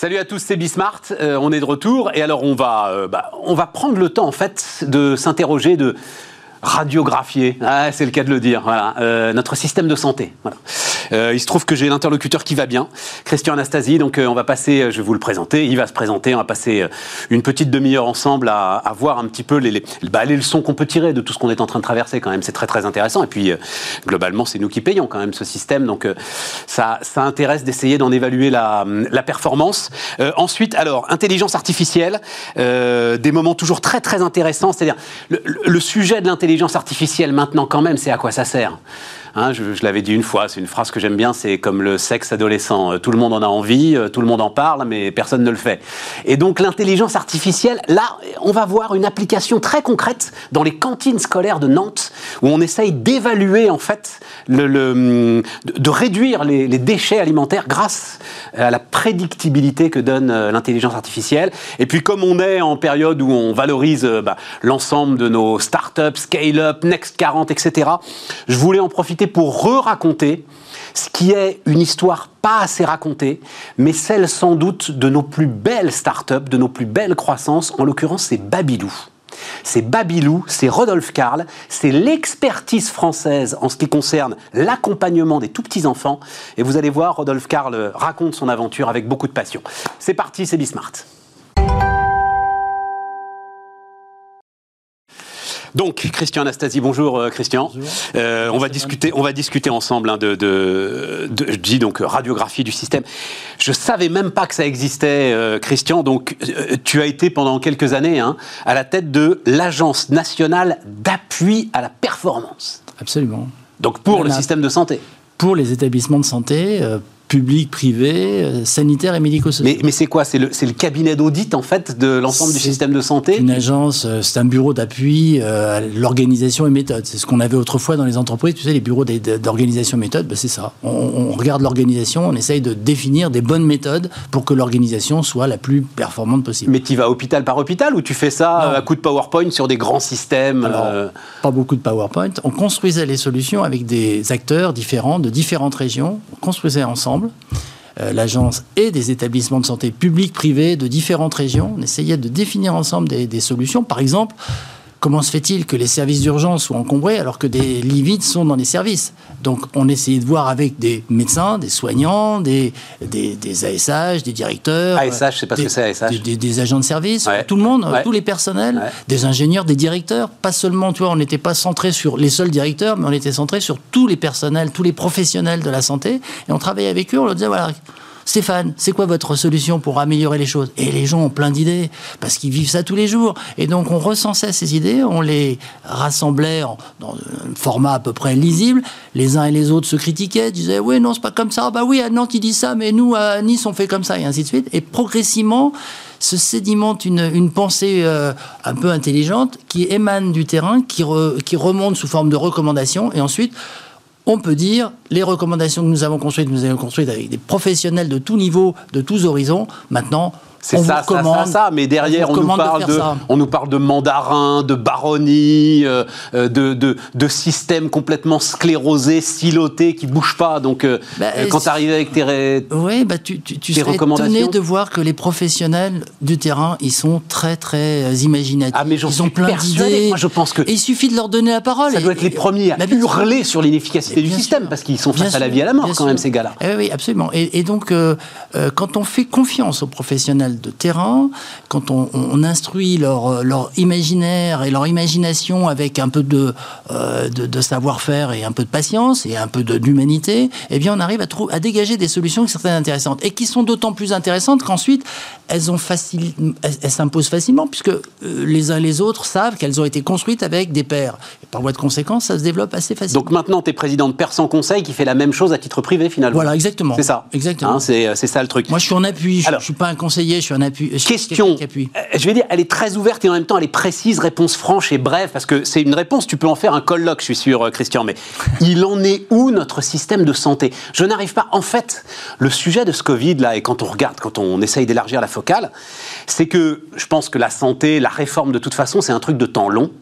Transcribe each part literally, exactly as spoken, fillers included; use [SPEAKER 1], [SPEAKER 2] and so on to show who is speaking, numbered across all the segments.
[SPEAKER 1] Salut à tous, c'est Bismart, euh, on est de retour et alors on va, euh, bah, on va prendre le temps en fait de s'interroger, de radiographier, ah, c'est le cas de le dire, voilà, euh, notre système de santé. Voilà. Euh, il se trouve que j'ai l'interlocuteur qui va bien, Christian Anastasie, donc euh, on va passer, je vais vous le présenter, il va se présenter, on va passer euh, une petite demi-heure ensemble à, à voir un petit peu les, les, bah, les leçons qu'on peut tirer de tout ce qu'on est en train de traverser quand même, c'est très très intéressant et puis euh, globalement c'est nous qui payons quand même ce système, donc euh, ça, ça intéresse d'essayer d'en évaluer la, la performance. Euh, ensuite, alors, intelligence artificielle, euh, des moments toujours très très intéressants, c'est-à-dire le, le, le sujet de l'intelligence artificielle maintenant quand même, c'est à quoi ça sert ? Hein, je, je l'avais dit une fois, c'est une phrase que j'aime bien, c'est comme le sexe adolescent. Tout le monde en a envie, tout le monde en parle, mais personne ne le fait. Et donc l'intelligence artificielle, là, on va voir une application très concrète dans les cantines scolaires de Nantes, où on essaye d'évaluer, en fait, le, le, de réduire les, les déchets alimentaires grâce à la prédictibilité que donne l'intelligence artificielle. Et puis comme on est en période où on valorise bah, l'ensemble de nos startups, scale-up, Next quarante, et cetera, je voulais en profiter pour re-raconter ce qui est une histoire pas assez racontée, mais celle sans doute de nos plus belles startups, de nos plus belles croissances. En l'occurrence, c'est Babylou. C'est Babylou, c'est Rodolphe Carle, c'est l'expertise française en ce qui concerne l'accompagnement des tout-petits-enfants. Et vous allez voir, Rodolphe Carle raconte son aventure avec beaucoup de passion. C'est parti, c'est Bismart. Donc, Christian Anastasie, bonjour euh, Christian. Bonjour. Euh, on va discuter, on va discuter ensemble hein, de, de, de, je dis donc radiographie du système. Je savais même pas que ça existait, euh, Christian. Donc, euh, tu as été pendant quelques années hein, à la tête de l'Agence nationale d'appui à la performance.
[SPEAKER 2] Absolument.
[SPEAKER 1] Donc pour le système de santé.
[SPEAKER 2] Pour les établissements de santé. Euh, public, privé, euh, sanitaire et médico-social.
[SPEAKER 1] Mais, mais c'est quoi ? C'est le, c'est le cabinet d'audit, en fait, de l'ensemble c'est du système de santé ?
[SPEAKER 2] Une agence, euh, c'est un bureau d'appui euh, à l'organisation et méthode. C'est ce qu'on avait autrefois dans les entreprises. Tu sais, les bureaux d'organisation et méthode, ben c'est ça. On, on regarde l'organisation, on essaye de définir des bonnes méthodes pour que l'organisation soit la plus performante possible.
[SPEAKER 1] Mais tu vas hôpital par hôpital ou tu fais ça non. à coup de PowerPoint sur des grands systèmes ?
[SPEAKER 2] Alors, euh... pas beaucoup de PowerPoint. On construisait les solutions avec des acteurs différents, de différentes régions. On construisait ensemble. Euh, l'agence et des établissements de santé publics, privés, de différentes régions. On essayait de définir ensemble des, des solutions. Par exemple, comment se fait-il que les services d'urgence soient encombrés alors que des lits vides sont dans les services ? Donc, on essayait de voir avec des médecins, des soignants, des, des, des A S H, des directeurs...
[SPEAKER 1] A S H, je sais pas
[SPEAKER 2] des,
[SPEAKER 1] ce que c'est, A S H.
[SPEAKER 2] Des, des, des agents de service,
[SPEAKER 1] ouais.
[SPEAKER 2] tout le monde,
[SPEAKER 1] ouais.
[SPEAKER 2] tous les personnels, ouais. des ingénieurs, des directeurs. Pas seulement, tu vois, on n'était pas centré sur les seuls directeurs, mais on était centré sur tous les personnels, tous les professionnels de la santé. Et on travaillait avec eux, on leur disait, voilà... Stéphane, c'est quoi votre solution pour améliorer les choses ? Et les gens ont plein d'idées, parce qu'ils vivent ça tous les jours. Et donc, on recensait ces idées, on les rassemblait en, dans un format à peu près lisible. Les uns et les autres se critiquaient, disaient « Oui, non, c'est pas comme ça. Bah oui, à Nantes, ils disent ça, mais nous, à Nice, on fait comme ça. » Et ainsi de suite. Et progressivement, se sédimente une, une pensée euh, un peu intelligente qui émane du terrain, qui, re, qui remonte sous forme de recommandations. Et ensuite... on peut dire, les recommandations que nous avons construites, nous avons construites avec des professionnels de tous niveaux, de tous horizons. Maintenant,
[SPEAKER 1] c'est
[SPEAKER 2] on
[SPEAKER 1] ça,
[SPEAKER 2] vous recommande,
[SPEAKER 1] ça, ça, ça, mais derrière, on, on nous parle de, de on nous parle de mandarin, de baronnie, euh, de, de, de systèmes complètement sclérosés, silotés, qui ne bougent pas. Donc, euh, bah, quand tu arrives avec tes, ré...
[SPEAKER 2] oui, bah, tu, tu, tu
[SPEAKER 1] tes
[SPEAKER 2] serais
[SPEAKER 1] recommandations...
[SPEAKER 2] étonné de voir que les professionnels du terrain, ils sont très, très imaginatifs.
[SPEAKER 1] Ah, mais j'en
[SPEAKER 2] ils
[SPEAKER 1] suis
[SPEAKER 2] ont plein d'idées.
[SPEAKER 1] Moi, je pense que...
[SPEAKER 2] Et il suffit de leur donner la parole.
[SPEAKER 1] Ça
[SPEAKER 2] et,
[SPEAKER 1] doit être les premiers à hurler sur l'inefficacité du système, sûr. Parce qu'ils sont face bien à la vie et à la mort, quand sûr. Même, ces gars-là.
[SPEAKER 2] Eh oui, absolument. Et, et donc, euh, euh, quand on fait confiance aux professionnels de terrain, quand on, on instruit leur, leur imaginaire et leur imagination avec un peu de, euh, de, de savoir-faire et un peu de patience et un peu de, d'humanité, eh bien on arrive à, trou- à dégager des solutions qui sont très intéressantes et qui sont d'autant plus intéressantes qu'ensuite elles, ont facil- elles, elles s'imposent facilement puisque euh, les uns et les autres savent qu'elles ont été construites avec des pairs. Et par voie de conséquence, ça se développe assez facilement.
[SPEAKER 1] Donc maintenant, tu es président de Persan Conseil qui fait la même chose à titre privé finalement.
[SPEAKER 2] Voilà, exactement.
[SPEAKER 1] C'est ça.
[SPEAKER 2] Exactement.
[SPEAKER 1] Hein, c'est, c'est ça le truc.
[SPEAKER 2] Moi, je suis en appui. Je ne suis pas un conseiller, je suis en appui.
[SPEAKER 1] Question. Je vais dire, elle est très ouverte et en même temps elle est précise, réponse franche et brève, parce que c'est une réponse, tu peux en faire un colloque, je suis sûr, Christian, mais il en est où notre système de santé ? Je n'arrive pas, en fait, le sujet de ce Covid, là, et quand on regarde, quand on essaye d'élargir la focale, c'est que je pense que la santé, la réforme de toute façon, c'est un truc de temps long.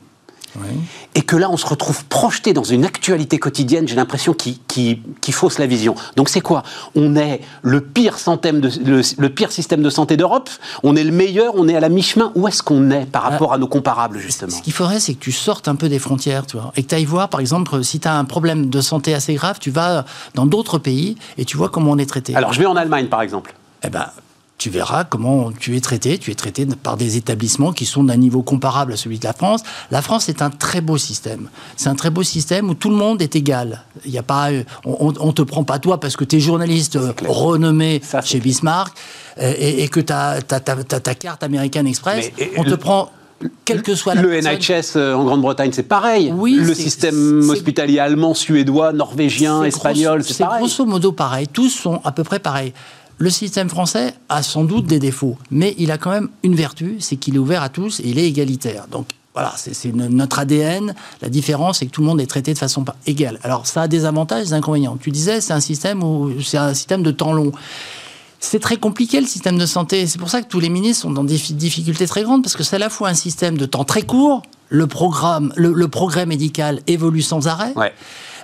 [SPEAKER 1] oui. et que là, on se retrouve projeté dans une actualité quotidienne, j'ai l'impression, qui, qui, qui fausse la vision. Donc c'est quoi? On est le pire, de, le, le pire système de santé d'Europe, on est le meilleur, on est à la mi-chemin. Où est-ce qu'on est par rapport ah, à nos comparables, justement?
[SPEAKER 2] Ce qu'il faudrait, c'est que tu sortes un peu des frontières, tu vois, et que tu ailles voir, par exemple, si tu as un problème de santé assez grave, tu vas dans d'autres pays et tu vois comment on est traité.
[SPEAKER 1] Alors, je vais en Allemagne, par exemple.
[SPEAKER 2] Eh ben, tu verras comment tu es traité. Tu es traité par des établissements qui sont d'un niveau comparable à celui de la France. La France est un très beau système. C'est un très beau système où tout le monde est égal. Il y a pas, on ne te prend pas toi parce que tu es journaliste renommé Ça, chez Bismarck et, et que tu as ta carte American Express. Mais, on te le... prend... Quel que soit la
[SPEAKER 1] le
[SPEAKER 2] personne.
[SPEAKER 1] N H S en Grande-Bretagne, c'est pareil.
[SPEAKER 2] Oui,
[SPEAKER 1] le système hospitalier allemand, suédois, norvégien, espagnol, c'est pareil.
[SPEAKER 2] C'est grosso modo pareil. Tous sont à peu près pareils. Le système français a sans doute des défauts, mais il a quand même une vertu, c'est qu'il est ouvert à tous et il est égalitaire. Donc voilà, c'est notre A D N. La différence, c'est que tout le monde est traité de façon égale. Alors ça a des avantages et des inconvénients. Tu disais, c'est un système où c'est un système de temps long. C'est très compliqué, le système de santé. C'est pour ça que tous les ministres sont dans des difficultés très grandes, parce que c'est à la fois un système de temps très court, le, programme, le, le progrès médical évolue sans arrêt.
[SPEAKER 1] Ouais.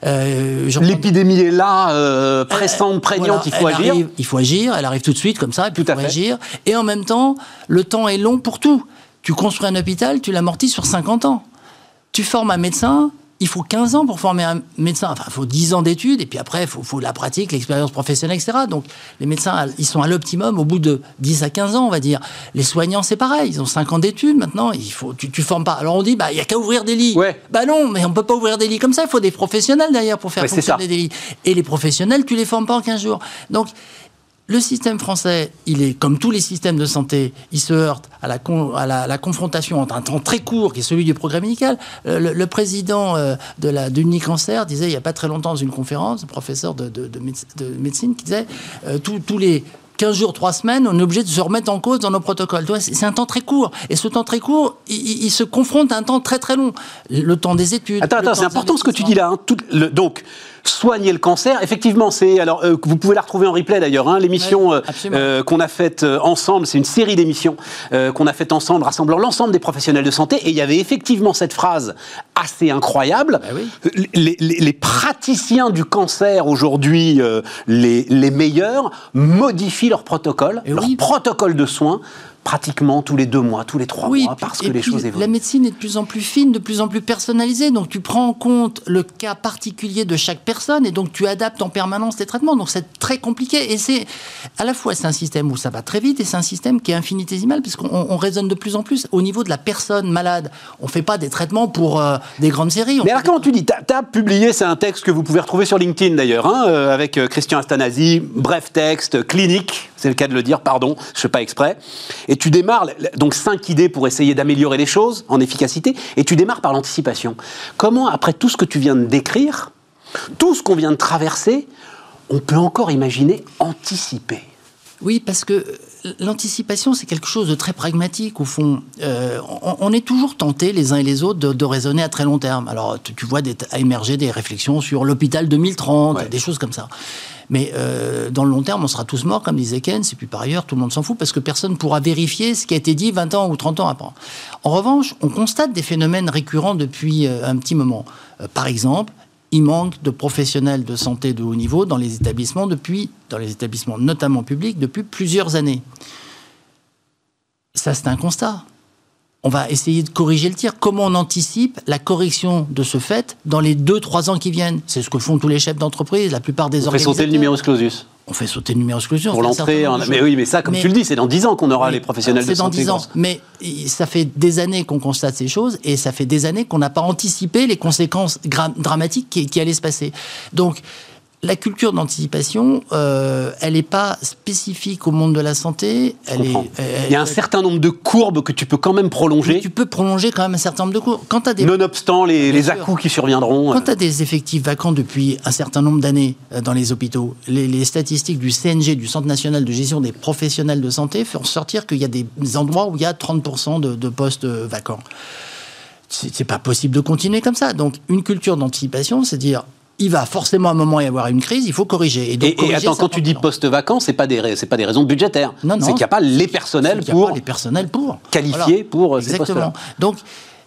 [SPEAKER 1] Euh, L'épidémie est là, euh, pressante, prégnante, voilà, il faut agir.
[SPEAKER 2] Arrive, il faut agir, elle arrive tout de suite, comme ça, et puis
[SPEAKER 1] tout
[SPEAKER 2] il faut agir. Et en même temps, le temps est long pour tout. Tu construis un hôpital, tu l'amortis sur cinquante ans. Tu formes un médecin... Il faut quinze ans pour former un médecin. Enfin, il faut dix ans d'études, et puis après, il faut, faut la pratique, l'expérience professionnelle, et cetera. Donc, les médecins, ils sont à l'optimum au bout de dix à quinze ans, on va dire. Les soignants, c'est pareil. Ils ont cinq ans d'études, maintenant. Il faut, tu ne formes pas. Alors, on dit, bah, il n'y a qu'à ouvrir des lits.
[SPEAKER 1] Ouais.
[SPEAKER 2] Bah non, mais on ne peut pas ouvrir des lits comme ça. Il faut des professionnels derrière pour faire
[SPEAKER 1] ouais,
[SPEAKER 2] fonctionner des lits. Et les professionnels, tu ne les formes pas en quinze jours. Donc, le système français, il est comme tous les systèmes de santé, il se heurte à la, con, à la, la confrontation entre un temps très court, qui est celui du progrès médical. Le, le président euh, de la d'Unicancer disait, il n'y a pas très longtemps, dans une conférence, un professeur de, de, de, de médecine, qui disait euh, tous, tous les quinze jours, trois semaines, on est obligé de se remettre en cause dans nos protocoles. C'est un temps très court. Et ce temps très court, il, il se confronte à un temps très très long. Le temps des études.
[SPEAKER 1] Attends, attends, c'est important ce que tu dis là. Hein. Tout, le, donc, soigner le cancer, effectivement, c'est. Alors, euh, vous pouvez la retrouver en replay d'ailleurs. Hein, l'émission
[SPEAKER 2] ouais,
[SPEAKER 1] euh, qu'on a faite euh, ensemble, c'est une série d'émissions euh, qu'on a faites ensemble, rassemblant l'ensemble des professionnels de santé. Et il y avait effectivement cette phrase assez incroyable.
[SPEAKER 2] Ben oui.
[SPEAKER 1] les, les, les praticiens du cancer aujourd'hui, euh, les, les meilleurs, modifient leur protocole, et leur oui. protocole de soins, pratiquement tous les deux mois, tous les trois
[SPEAKER 2] oui,
[SPEAKER 1] mois, parce que les
[SPEAKER 2] puis,
[SPEAKER 1] choses évoluent.
[SPEAKER 2] La médecine est de plus en plus fine, de plus en plus personnalisée, donc tu prends en compte le cas particulier de chaque personne, et donc tu adaptes en permanence tes traitements, donc c'est très compliqué, et c'est à la fois c'est un système où ça va très vite, et c'est un système qui est infinitésimal, puisqu'on on raisonne de plus en plus au niveau de la personne malade. On ne fait pas des traitements pour euh, des grandes séries.
[SPEAKER 1] Mais alors comment tu dis, tu as publié, c'est un texte que vous pouvez retrouver sur LinkedIn d'ailleurs, hein, euh, avec euh, Christian Astanasi, bref texte, clinique, c'est le cas de le dire, pardon, je ne fais pas exprès, et tu démarres, donc cinq idées pour essayer d'améliorer les choses en efficacité, et tu démarres par l'anticipation. Comment, après tout ce que tu viens de décrire, tout ce qu'on vient de traverser, on peut encore imaginer anticiper?
[SPEAKER 2] Oui, parce que l'anticipation, c'est quelque chose de très pragmatique, au fond. Euh, on, on est toujours tentés, les uns et les autres, de, de raisonner à très long terme. Alors, tu, tu vois des, émerger des réflexions sur l'hôpital deux mille trente, ouais. des choses comme ça. Mais euh, dans le long terme, on sera tous morts, comme disait Keynes, et puis par ailleurs, tout le monde s'en fout, parce que personne ne pourra vérifier ce qui a été dit vingt ans ou trente ans après. En revanche, on constate des phénomènes récurrents depuis euh, un petit moment. Euh, par exemple, il manque de professionnels de santé de haut niveau dans les établissements, depuis, dans les établissements notamment publics, depuis plusieurs années. Ça, c'est un constat. On va essayer de corriger le tir. Comment on anticipe la correction de ce fait dans les deux trois ans qui viennent? C'est ce que font tous les chefs d'entreprise, la plupart des organisateurs.
[SPEAKER 1] On fait sauter le numerus clausus.
[SPEAKER 2] On fait sauter le numerus clausus.
[SPEAKER 1] Pour l'entrée, en... mais oui, mais ça, comme mais... tu le dis, c'est dans dix ans qu'on aura oui, les professionnels de santé.
[SPEAKER 2] C'est dans dix ans, mais ça fait des années qu'on constate ces choses, et ça fait des années qu'on n'a pas anticipé les conséquences gra- dramatiques qui, qui allaient se passer. Donc, la culture d'anticipation, euh, elle n'est pas spécifique au monde de la santé. Elle est, elle,
[SPEAKER 1] Il y a un certain nombre de courbes que tu peux quand même prolonger.
[SPEAKER 2] Tu peux prolonger quand même un certain nombre de courbes. Quand t'as des...
[SPEAKER 1] Nonobstant les, les à-coups qui surviendront.
[SPEAKER 2] Quand tu as des effectifs vacants depuis un certain nombre d'années euh, dans les hôpitaux, les, les statistiques du C N G, du Centre national de gestion des professionnels de santé, font sortir qu'il y a des endroits où il y a trente pour cent de, de postes vacants. C'est, c'est pas possible de continuer comme ça. Donc, une culture d'anticipation, c'est dire... il va forcément à un moment y avoir une crise, il faut corriger.
[SPEAKER 1] Et, donc, et, corriger, et attends, quand tu dis poste-vacant, c'est pas des c'est pas des raisons budgétaires.
[SPEAKER 2] Non, non.
[SPEAKER 1] C'est qu'il n'y a pas les personnels
[SPEAKER 2] c'est
[SPEAKER 1] pour.
[SPEAKER 2] Pas les personnels pour.
[SPEAKER 1] Qualifiés voilà. pour
[SPEAKER 2] Exactement.
[SPEAKER 1] ces postes-là.
[SPEAKER 2] Donc,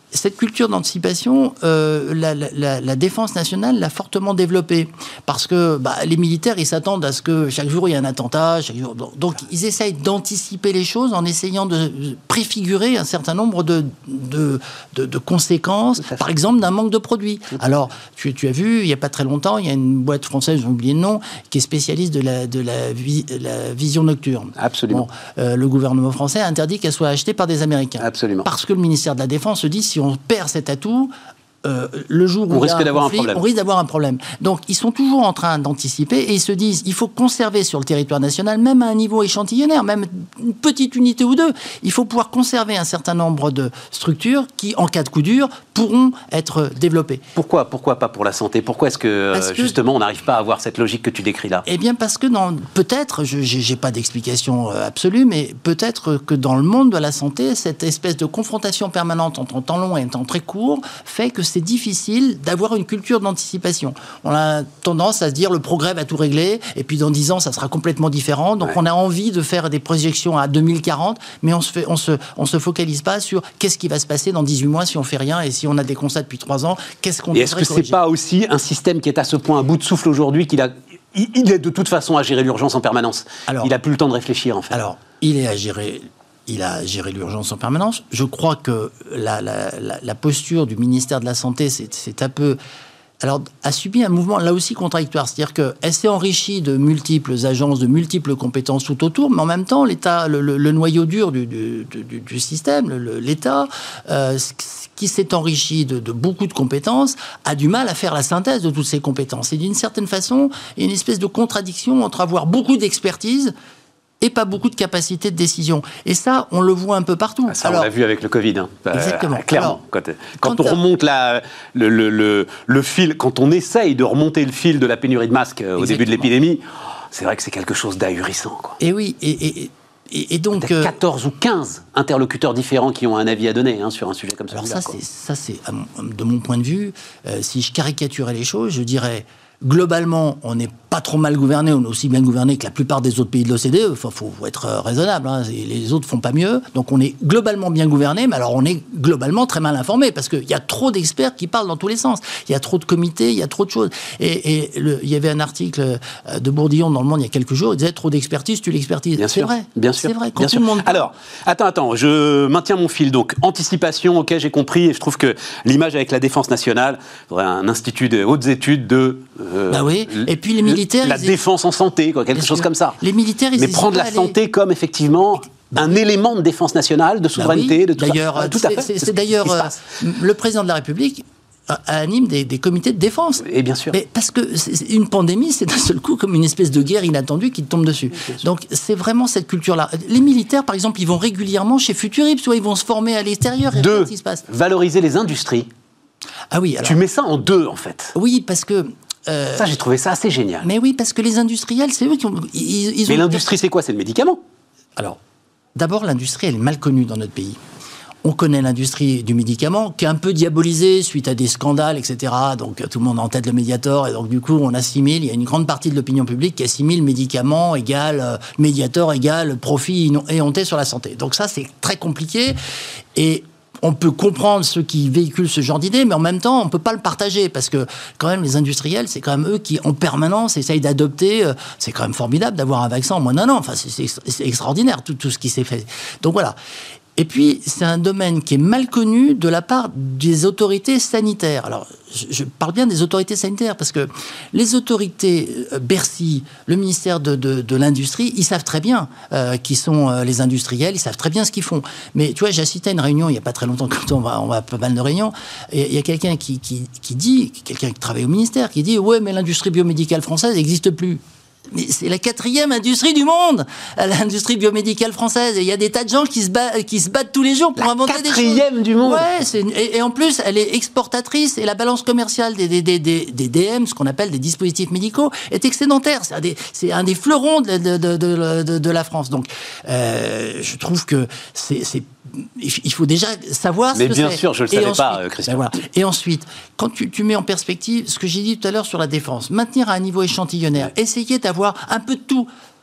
[SPEAKER 2] cette culture d'anticipation, euh, la, la, la défense nationale l'a fortement développée. Parce que bah, les militaires, ils s'attendent à ce que chaque jour, il y ait un attentat. Chaque jour... Donc, ils essayent d'anticiper les choses en essayant de préfigurer un certain nombre de, de, de, de conséquences, par exemple, d'un manque de produits. Alors, tu, tu as vu, il n'y a pas très longtemps, il y a une boîte française, j'ai oublié le nom, qui est spécialiste de la, de la, vi, la vision nocturne.
[SPEAKER 1] Absolument.
[SPEAKER 2] Bon, euh, le gouvernement français a interdit qu'elle soit achetée par des Américains.
[SPEAKER 1] Absolument. Parce
[SPEAKER 2] que le ministère de la Défense se dit, si on perd cet atout, euh, le jour où
[SPEAKER 1] on risque d'avoir
[SPEAKER 2] conflit,
[SPEAKER 1] un problème.
[SPEAKER 2] On risque d'avoir un problème. Donc, ils sont toujours en train d'anticiper et ils se disent, il faut conserver sur le territoire national, même à un niveau échantillonnaire, même une petite unité ou deux, il faut pouvoir conserver un certain nombre de structures qui, en cas de coup dur, pourront être développées.
[SPEAKER 1] Pourquoi Pourquoi pas pour la santé? Pourquoi est-ce que, euh, justement, on n'arrive pas à avoir cette logique que tu décris là?
[SPEAKER 2] Eh bien, parce que dans, peut-être, je n'ai pas d'explication absolue, mais peut-être que dans le monde de la santé, cette espèce de confrontation permanente entre un temps long et un temps très court fait que c'est difficile d'avoir une culture d'anticipation. On a tendance à se dire le progrès va tout régler, et puis dans dix ans, ça sera complètement différent. Donc, ouais. on a envie de faire des projections à deux mille quarante, mais on se, fait, on se, on se focalise pas sur qu'est-ce qui va se passer dans dix-huit mois si on fait rien, et si on a des constats depuis trois ans, qu'est-ce qu'on devrait corriger.
[SPEAKER 1] Est-ce que c'est pas aussi un système qui est à ce point à bout de souffle aujourd'hui qu'il a, il est de toute façon à gérer l'urgence en permanence? Alors, il a plus le temps de réfléchir, en fait.
[SPEAKER 2] Alors, il est à gérer... Il a géré l'urgence en permanence. Je crois que la, la, la, la posture du ministère de la Santé, c'est, c'est un peu... Alors, a subi un mouvement, là aussi, contradictoire. C'est-à-dire qu'elle s'est enrichie de multiples agences, de multiples compétences tout autour, mais en même temps, l'État, le, le, le noyau dur du, du, du, du système, le, l'État, euh, qui s'est enrichi de, de beaucoup de compétences, a du mal à faire la synthèse de toutes ces compétences. Et d'une certaine façon, il y a une espèce de contradiction entre avoir beaucoup d'expertise et pas beaucoup de capacité de décision. Et ça, on le voit un peu partout.
[SPEAKER 1] Ah, ça, Alors, on l'a vu avec le Covid. Hein.
[SPEAKER 2] Exactement.
[SPEAKER 1] Euh, clairement. Alors, quand, quand, quand on remonte la, le, le, le, le fil, quand on essaye de remonter le fil de la pénurie de masques Exactement. Au début de l'épidémie, c'est vrai que c'est quelque chose d'ahurissant. Quoi.
[SPEAKER 2] Et oui, et... et Et, et donc,
[SPEAKER 1] euh, quatorze ou quinze interlocuteurs différents qui ont un avis à donner hein, sur un sujet comme
[SPEAKER 2] alors
[SPEAKER 1] celui-là.
[SPEAKER 2] Ça, c'est, ça, c'est de mon point de vue, euh, si je caricaturais les choses, je dirais, globalement, on n'est pas trop mal gouverné, on est aussi bien gouverné que la plupart des autres pays de l'O C D E. Il faut, faut être raisonnable, hein, les autres font pas mieux. Donc on est globalement bien gouverné, mais alors on est globalement très mal informé, parce qu'il y a trop d'experts qui parlent dans tous les sens. Il y a trop de comités, il y a trop de choses. Et, et le, il y avait un article de Bourdillon dans Le Monde il y a quelques jours, il disait trop d'expertise, tu l'expertises.
[SPEAKER 1] Bien
[SPEAKER 2] c'est
[SPEAKER 1] sûr,
[SPEAKER 2] vrai,
[SPEAKER 1] bien sûr.
[SPEAKER 2] C'est vrai, quand
[SPEAKER 1] bien
[SPEAKER 2] tout
[SPEAKER 1] sûr.
[SPEAKER 2] le monde...
[SPEAKER 1] Alors, attends, attends, je maintiens mon fil. Donc, anticipation, ok, j'ai compris, et je trouve que l'image avec la défense nationale, il faudrait un institut de hautes études de... Euh,
[SPEAKER 2] bah oui, et puis les militaires...
[SPEAKER 1] La défense en santé, quoi, quelque chose comme ça.
[SPEAKER 2] Les militaires, ils
[SPEAKER 1] Mais prendre la santé aller... comme, effectivement... Bah un oui. élément de défense nationale, de souveraineté,
[SPEAKER 2] bah oui.
[SPEAKER 1] de tout
[SPEAKER 2] d'ailleurs,
[SPEAKER 1] ça. Tout
[SPEAKER 2] c'est,
[SPEAKER 1] à fait.
[SPEAKER 2] C'est, c'est, c'est d'ailleurs euh, le président de la République anime des, des comités de défense.
[SPEAKER 1] Et bien sûr.
[SPEAKER 2] Mais parce que c'est, une pandémie, c'est d'un seul coup comme une espèce de guerre inattendue qui tombe dessus. Donc c'est vraiment cette culture-là. Les militaires, par exemple, ils vont régulièrement chez Futurip, soit ils vont se former à l'extérieur. Et
[SPEAKER 1] deux,
[SPEAKER 2] ce qui se passe.
[SPEAKER 1] Valoriser les industries.
[SPEAKER 2] Ah oui. Alors,
[SPEAKER 1] tu mets ça en deux, en fait.
[SPEAKER 2] Oui, parce que...
[SPEAKER 1] Euh, ça, j'ai trouvé ça assez génial.
[SPEAKER 2] Mais oui, parce que les industriels, c'est eux qui ont... Ils, ils
[SPEAKER 1] mais
[SPEAKER 2] ont
[SPEAKER 1] l'industrie, c'est quoi? C'est le médicament.
[SPEAKER 2] Alors, d'abord, l'industrie, elle est mal connue dans notre pays. On connaît l'industrie du médicament, qui est un peu diabolisée suite à des scandales, et cetera. Donc, tout le monde a en tête le Mediator, et donc, du coup, on assimile, il y a une grande partie de l'opinion publique qui assimile médicament égale, euh, Mediator égale profit éhonté sur la santé. Donc ça, c'est très compliqué, et... On peut comprendre ceux qui véhiculent ce genre d'idées, mais en même temps, on ne peut pas le partager, parce que quand même, les industriels, c'est quand même eux qui, en permanence, essayent d'adopter... Euh, c'est quand même formidable d'avoir un vaccin en moins d'un an. Enfin, c'est, c'est, c'est extraordinaire, tout, tout ce qui s'est fait. Donc voilà. Et puis, c'est un domaine qui est mal connu de la part des autorités sanitaires. Alors, je, je parle bien des autorités sanitaires, parce que les autorités, euh, Bercy, le ministère de, de, de l'Industrie, ils savent très bien euh, qui sont euh, les industriels, ils savent très bien ce qu'ils font. Mais tu vois, j'ai assisté à une réunion il n'y a pas très longtemps, quand on va, on va à pas mal de réunions, et il y a quelqu'un qui, qui, qui dit, quelqu'un qui travaille au ministère, qui dit « Ouais, mais l'industrie biomédicale française n'existe plus ». Mais c'est la quatrième industrie du monde, l'industrie biomédicale française. Et il y a des tas de gens qui se, bat, qui se battent tous les jours pour
[SPEAKER 1] la
[SPEAKER 2] inventer des choses.
[SPEAKER 1] La quatrième du monde.
[SPEAKER 2] Ouais, c'est, et, et en plus, elle est exportatrice, et la balance commerciale des, des, des, des, des D M, ce qu'on appelle des dispositifs médicaux, est excédentaire. C'est un des, c'est un des fleurons de, de, de, de, de, de la France. Donc, euh, je trouve que c'est... c'est il faut déjà savoir
[SPEAKER 1] Mais
[SPEAKER 2] ce que c'est.
[SPEAKER 1] Mais bien sûr, je ne le savais
[SPEAKER 2] ensuite,
[SPEAKER 1] pas, Christian.
[SPEAKER 2] Ben voilà. Et ensuite, quand tu, tu mets en perspective ce que j'ai dit tout à l'heure sur la défense, maintenir à un niveau échantillonnaire, essayer d'avoir un peu de tout.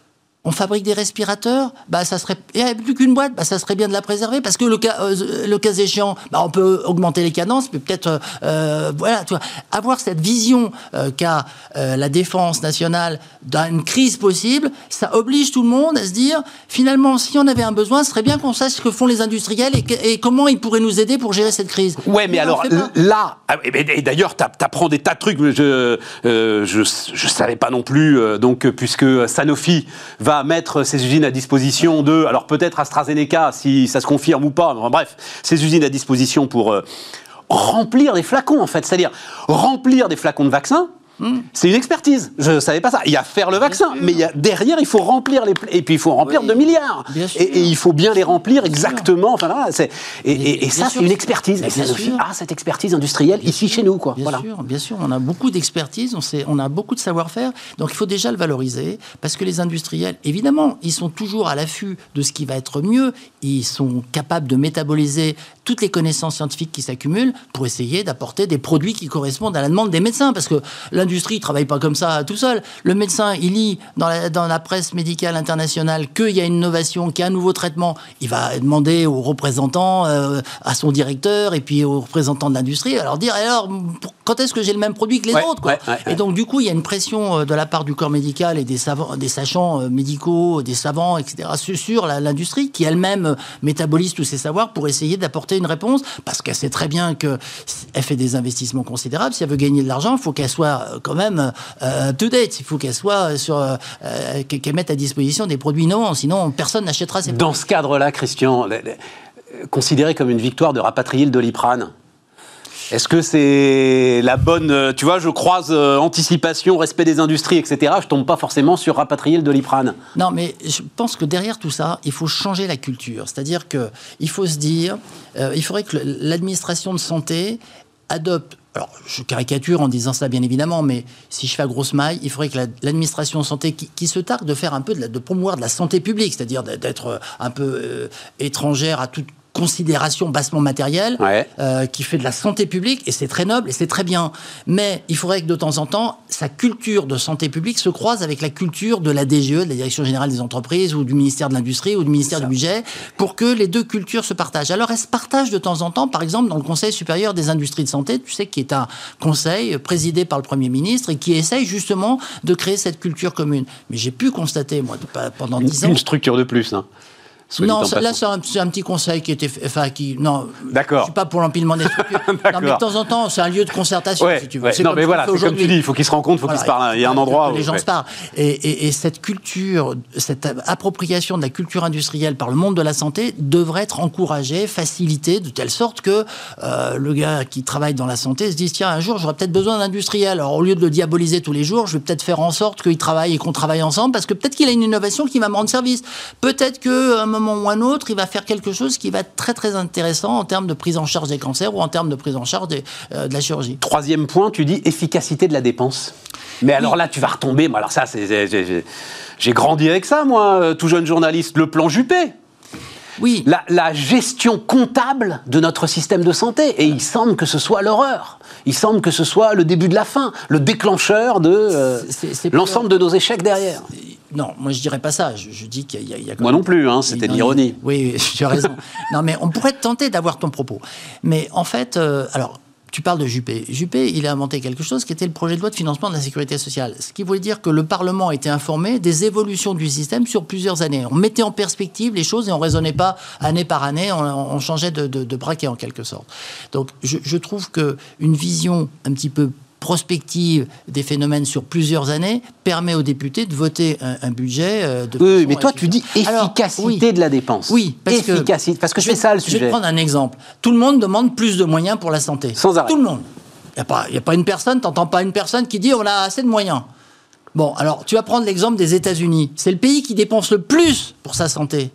[SPEAKER 2] On fabrique des respirateurs, bah ça serait, il n'y a plus qu'une boîte, bah ça serait bien de la préserver parce que le cas, euh, le cas échéant, bah on peut augmenter les cadences, mais peut-être, euh, voilà, tu vois, avoir cette vision euh, qu'a euh, la défense nationale d'une crise possible, ça oblige tout le monde à se dire, finalement, si on avait un besoin, ce serait bien qu'on sache ce que font les industriels et, que, et comment ils pourraient nous aider pour gérer cette crise.
[SPEAKER 1] Ouais, mais, mais alors là, et, et d'ailleurs, t'apprends des tas de trucs. Je, euh, je, je savais pas non plus, euh, donc puisque Sanofi va à mettre ses usines à disposition de, alors peut-être AstraZeneca, si ça se confirme ou pas, enfin, bref, ces usines à disposition pour euh, remplir des flacons, en fait, c'est-à-dire remplir des flacons de vaccins. Mmh. C'est une expertise. Je ne savais pas ça. Il y a faire le vaccin, mais il y a, derrière, il faut remplir les... Et puis, il faut remplir oui, deux milliards. Et, et il faut bien les remplir bien exactement. Enfin, voilà, c'est, et, et, et ça, sûr, c'est une expertise. Et Sanofi a cette expertise industrielle bien ici, sûr, chez nous. Quoi.
[SPEAKER 2] Bien
[SPEAKER 1] voilà.
[SPEAKER 2] sûr, bien sûr. On a beaucoup d'expertise, on, sait, on a beaucoup de savoir-faire. Donc, il faut déjà le valoriser. Parce que les industriels, évidemment, ils sont toujours à l'affût de ce qui va être mieux. Ils sont capables de métaboliser toutes les connaissances scientifiques qui s'accumulent pour essayer d'apporter des produits qui correspondent à la demande des médecins. Parce que l'industrie ne travaille pas comme ça tout seul. Le médecin, il lit dans la, dans la presse médicale internationale qu'il y a une innovation, qu'il y a un nouveau traitement. Il va demander aux représentants, euh, à son directeur et puis aux représentants de l'industrie, à leur dire alors, quand est-ce que j'ai le même produit que les ouais, autres quoi. Ouais, ouais, et donc, du coup, il y a une pression de la part du corps médical et des, savants, des sachants médicaux, des savants, et cetera, sur l'industrie qui elle-même métabolise tous ces savoirs pour essayer d'apporter une réponse parce qu'elle sait très bien qu'elle fait des investissements considérables. Si elle veut gagner de l'argent, il faut qu'elle soit quand même euh, to date. Il faut qu'elle soit sur, euh, qu'elle mette à disposition des produits innovants. Sinon, personne n'achètera ces produits.
[SPEAKER 1] Dans ce cadre-là, Christian, considéré comme une victoire de rapatrier le Doliprane, est-ce que c'est la bonne... Tu vois, je croise euh, anticipation, respect des industries, et cetera. Je tombe pas forcément sur rapatrier le Doliprane.
[SPEAKER 2] Non, mais je pense que derrière tout ça, il faut changer la culture. C'est-à-dire qu'il faut se dire... Euh, il faudrait que l'administration de santé adopte... Alors, je caricature en disant ça, bien évidemment, mais si je fais à grosse maille, il faudrait que la, l'administration de santé, qui, qui se targue de faire un peu de, la, de promouvoir de la santé publique, c'est-à-dire d'être un peu euh, étrangère à toute considération bassement matérielle, ouais. euh, qui fait de la santé publique, et c'est très noble, et c'est très bien. Mais il faudrait que de temps en temps, sa culture de santé publique se croise avec la culture de la D G E, de la Direction Générale des Entreprises, ou du ministère de l'Industrie, ou du ministère du Budget, pour que les deux cultures se partagent. Alors, elles se partagent de temps en temps, par exemple, dans le Conseil supérieur des industries de santé, tu sais, qui est un conseil présidé par le Premier ministre, et qui essaye justement de créer cette culture commune. Mais j'ai pu constater, moi, pendant dix ans...
[SPEAKER 1] Une structure de plus, hein.
[SPEAKER 2] Non, ça, là, c'est un, c'est un petit conseil qui était... Enfin, qui... Non,
[SPEAKER 1] d'accord.
[SPEAKER 2] Je ne suis pas pour l'empilement des structures. Non, mais de temps en temps, c'est un lieu de concertation,
[SPEAKER 1] ouais,
[SPEAKER 2] si tu veux.
[SPEAKER 1] Ouais.
[SPEAKER 2] C'est
[SPEAKER 1] non,
[SPEAKER 2] comme
[SPEAKER 1] mais voilà, c'est comme tu dis, il faut qu'ils se rencontrent, il faut voilà, qu'ils se parlent. Il y a un endroit
[SPEAKER 2] où... Les gens
[SPEAKER 1] ouais.
[SPEAKER 2] se parlent. Et, et, et cette culture, cette appropriation de la culture industrielle par le monde de la santé devrait être encouragée, facilitée, de telle sorte que euh, le gars qui travaille dans la santé se dise, tiens, un jour, j'aurai peut-être besoin d'industriel. Alors, au lieu de le diaboliser tous les jours, je vais peut-être faire en sorte qu'il travaille et qu'on travaille ensemble, parce que peut-être qu'il a une innovation qui va me rendre service. Peut-être qu'à un moment ou un autre, il va faire quelque chose qui va être très très intéressant en termes de prise en charge des cancers ou en termes de prise en charge des, euh, de la chirurgie.
[SPEAKER 1] Troisième point, tu dis efficacité de la dépense. Mais alors oui. Là, tu vas retomber. Moi, alors ça, c'est, c'est, j'ai, j'ai grandi avec ça, moi, tout jeune journaliste. Le plan Juppé.
[SPEAKER 2] Oui.
[SPEAKER 1] La, la gestion comptable de notre système de santé. Et il semble que ce soit l'horreur. Il semble que ce soit le début de la fin, le déclencheur de euh, c'est, c'est l'ensemble de nos échecs derrière.
[SPEAKER 2] Non, moi je dirais pas ça. Je, je dis qu'il y a, il y a
[SPEAKER 1] moi non plus, hein, c'était de l'ironie.
[SPEAKER 2] Oui, oui, tu as raison. Non, mais on pourrait tenter d'avoir ton propos. Mais en fait, euh, alors, tu parles de Juppé. Juppé, il a inventé quelque chose qui était le projet de loi de financement de la sécurité sociale. Ce qui voulait dire que le Parlement était informé des évolutions du système sur plusieurs années. On mettait en perspective les choses et on ne raisonnait pas année par année, on, on changeait de, de, de braquet en quelque sorte. Donc, je, je trouve qu'une vision un petit peu prospective des phénomènes sur plusieurs années permet aux députés de voter un, un budget de
[SPEAKER 1] oui, mais toi tu dis efficacité Alors, oui, de la dépense.
[SPEAKER 2] Oui, parce
[SPEAKER 1] efficacité,
[SPEAKER 2] que,
[SPEAKER 1] parce que c'est ça le sujet.
[SPEAKER 2] Je vais te prendre un exemple. Tout le monde demande plus de moyens pour la santé.
[SPEAKER 1] Sans arrêt.
[SPEAKER 2] Tout le monde. Il n'y a pas, y a pas une personne, tu n'entends pas une personne qui dit on a assez de moyens. Bon, alors tu vas prendre l'exemple des États-Unis. C'est le pays qui dépense le plus pour sa santé.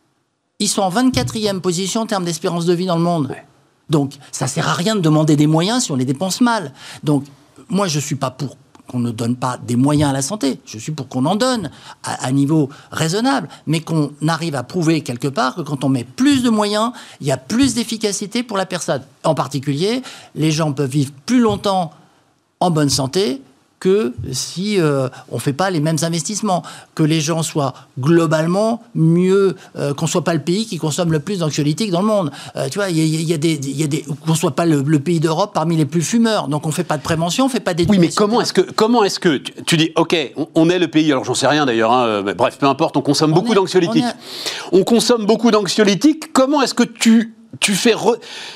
[SPEAKER 2] Ils sont en vingt-quatrième position en termes d'espérance de vie dans le monde. Ouais. Donc, ça ne sert à rien de demander des moyens si on les dépense mal. Donc, moi, je ne suis pas pour qu'on ne donne pas des moyens à la santé. Je suis pour qu'on en donne à un niveau raisonnable, mais qu'on arrive à prouver quelque part que quand on met plus de moyens, il y a plus d'efficacité pour la personne. En particulier, les gens peuvent vivre plus longtemps en bonne santé, que si euh, on ne fait pas les mêmes investissements, que les gens soient globalement mieux, euh, qu'on ne soit pas le pays qui consomme le plus d'anxiolytiques dans le monde. Euh, tu vois, il y, y, y a des, y a des, qu'on ne soit pas le, le pays d'Europe parmi les plus fumeurs. Donc on ne fait pas de prévention, on ne fait pas d'éducation.
[SPEAKER 1] Oui, mais comment est-ce que, comment est-ce que tu, tu dis, ok, on, on est le pays, alors j'en sais rien d'ailleurs, hein, mais bref, peu importe, on consomme on beaucoup d'anxiolytiques. On, est... on consomme beaucoup d'anxiolytiques. Comment est-ce que tu, tu fais, re...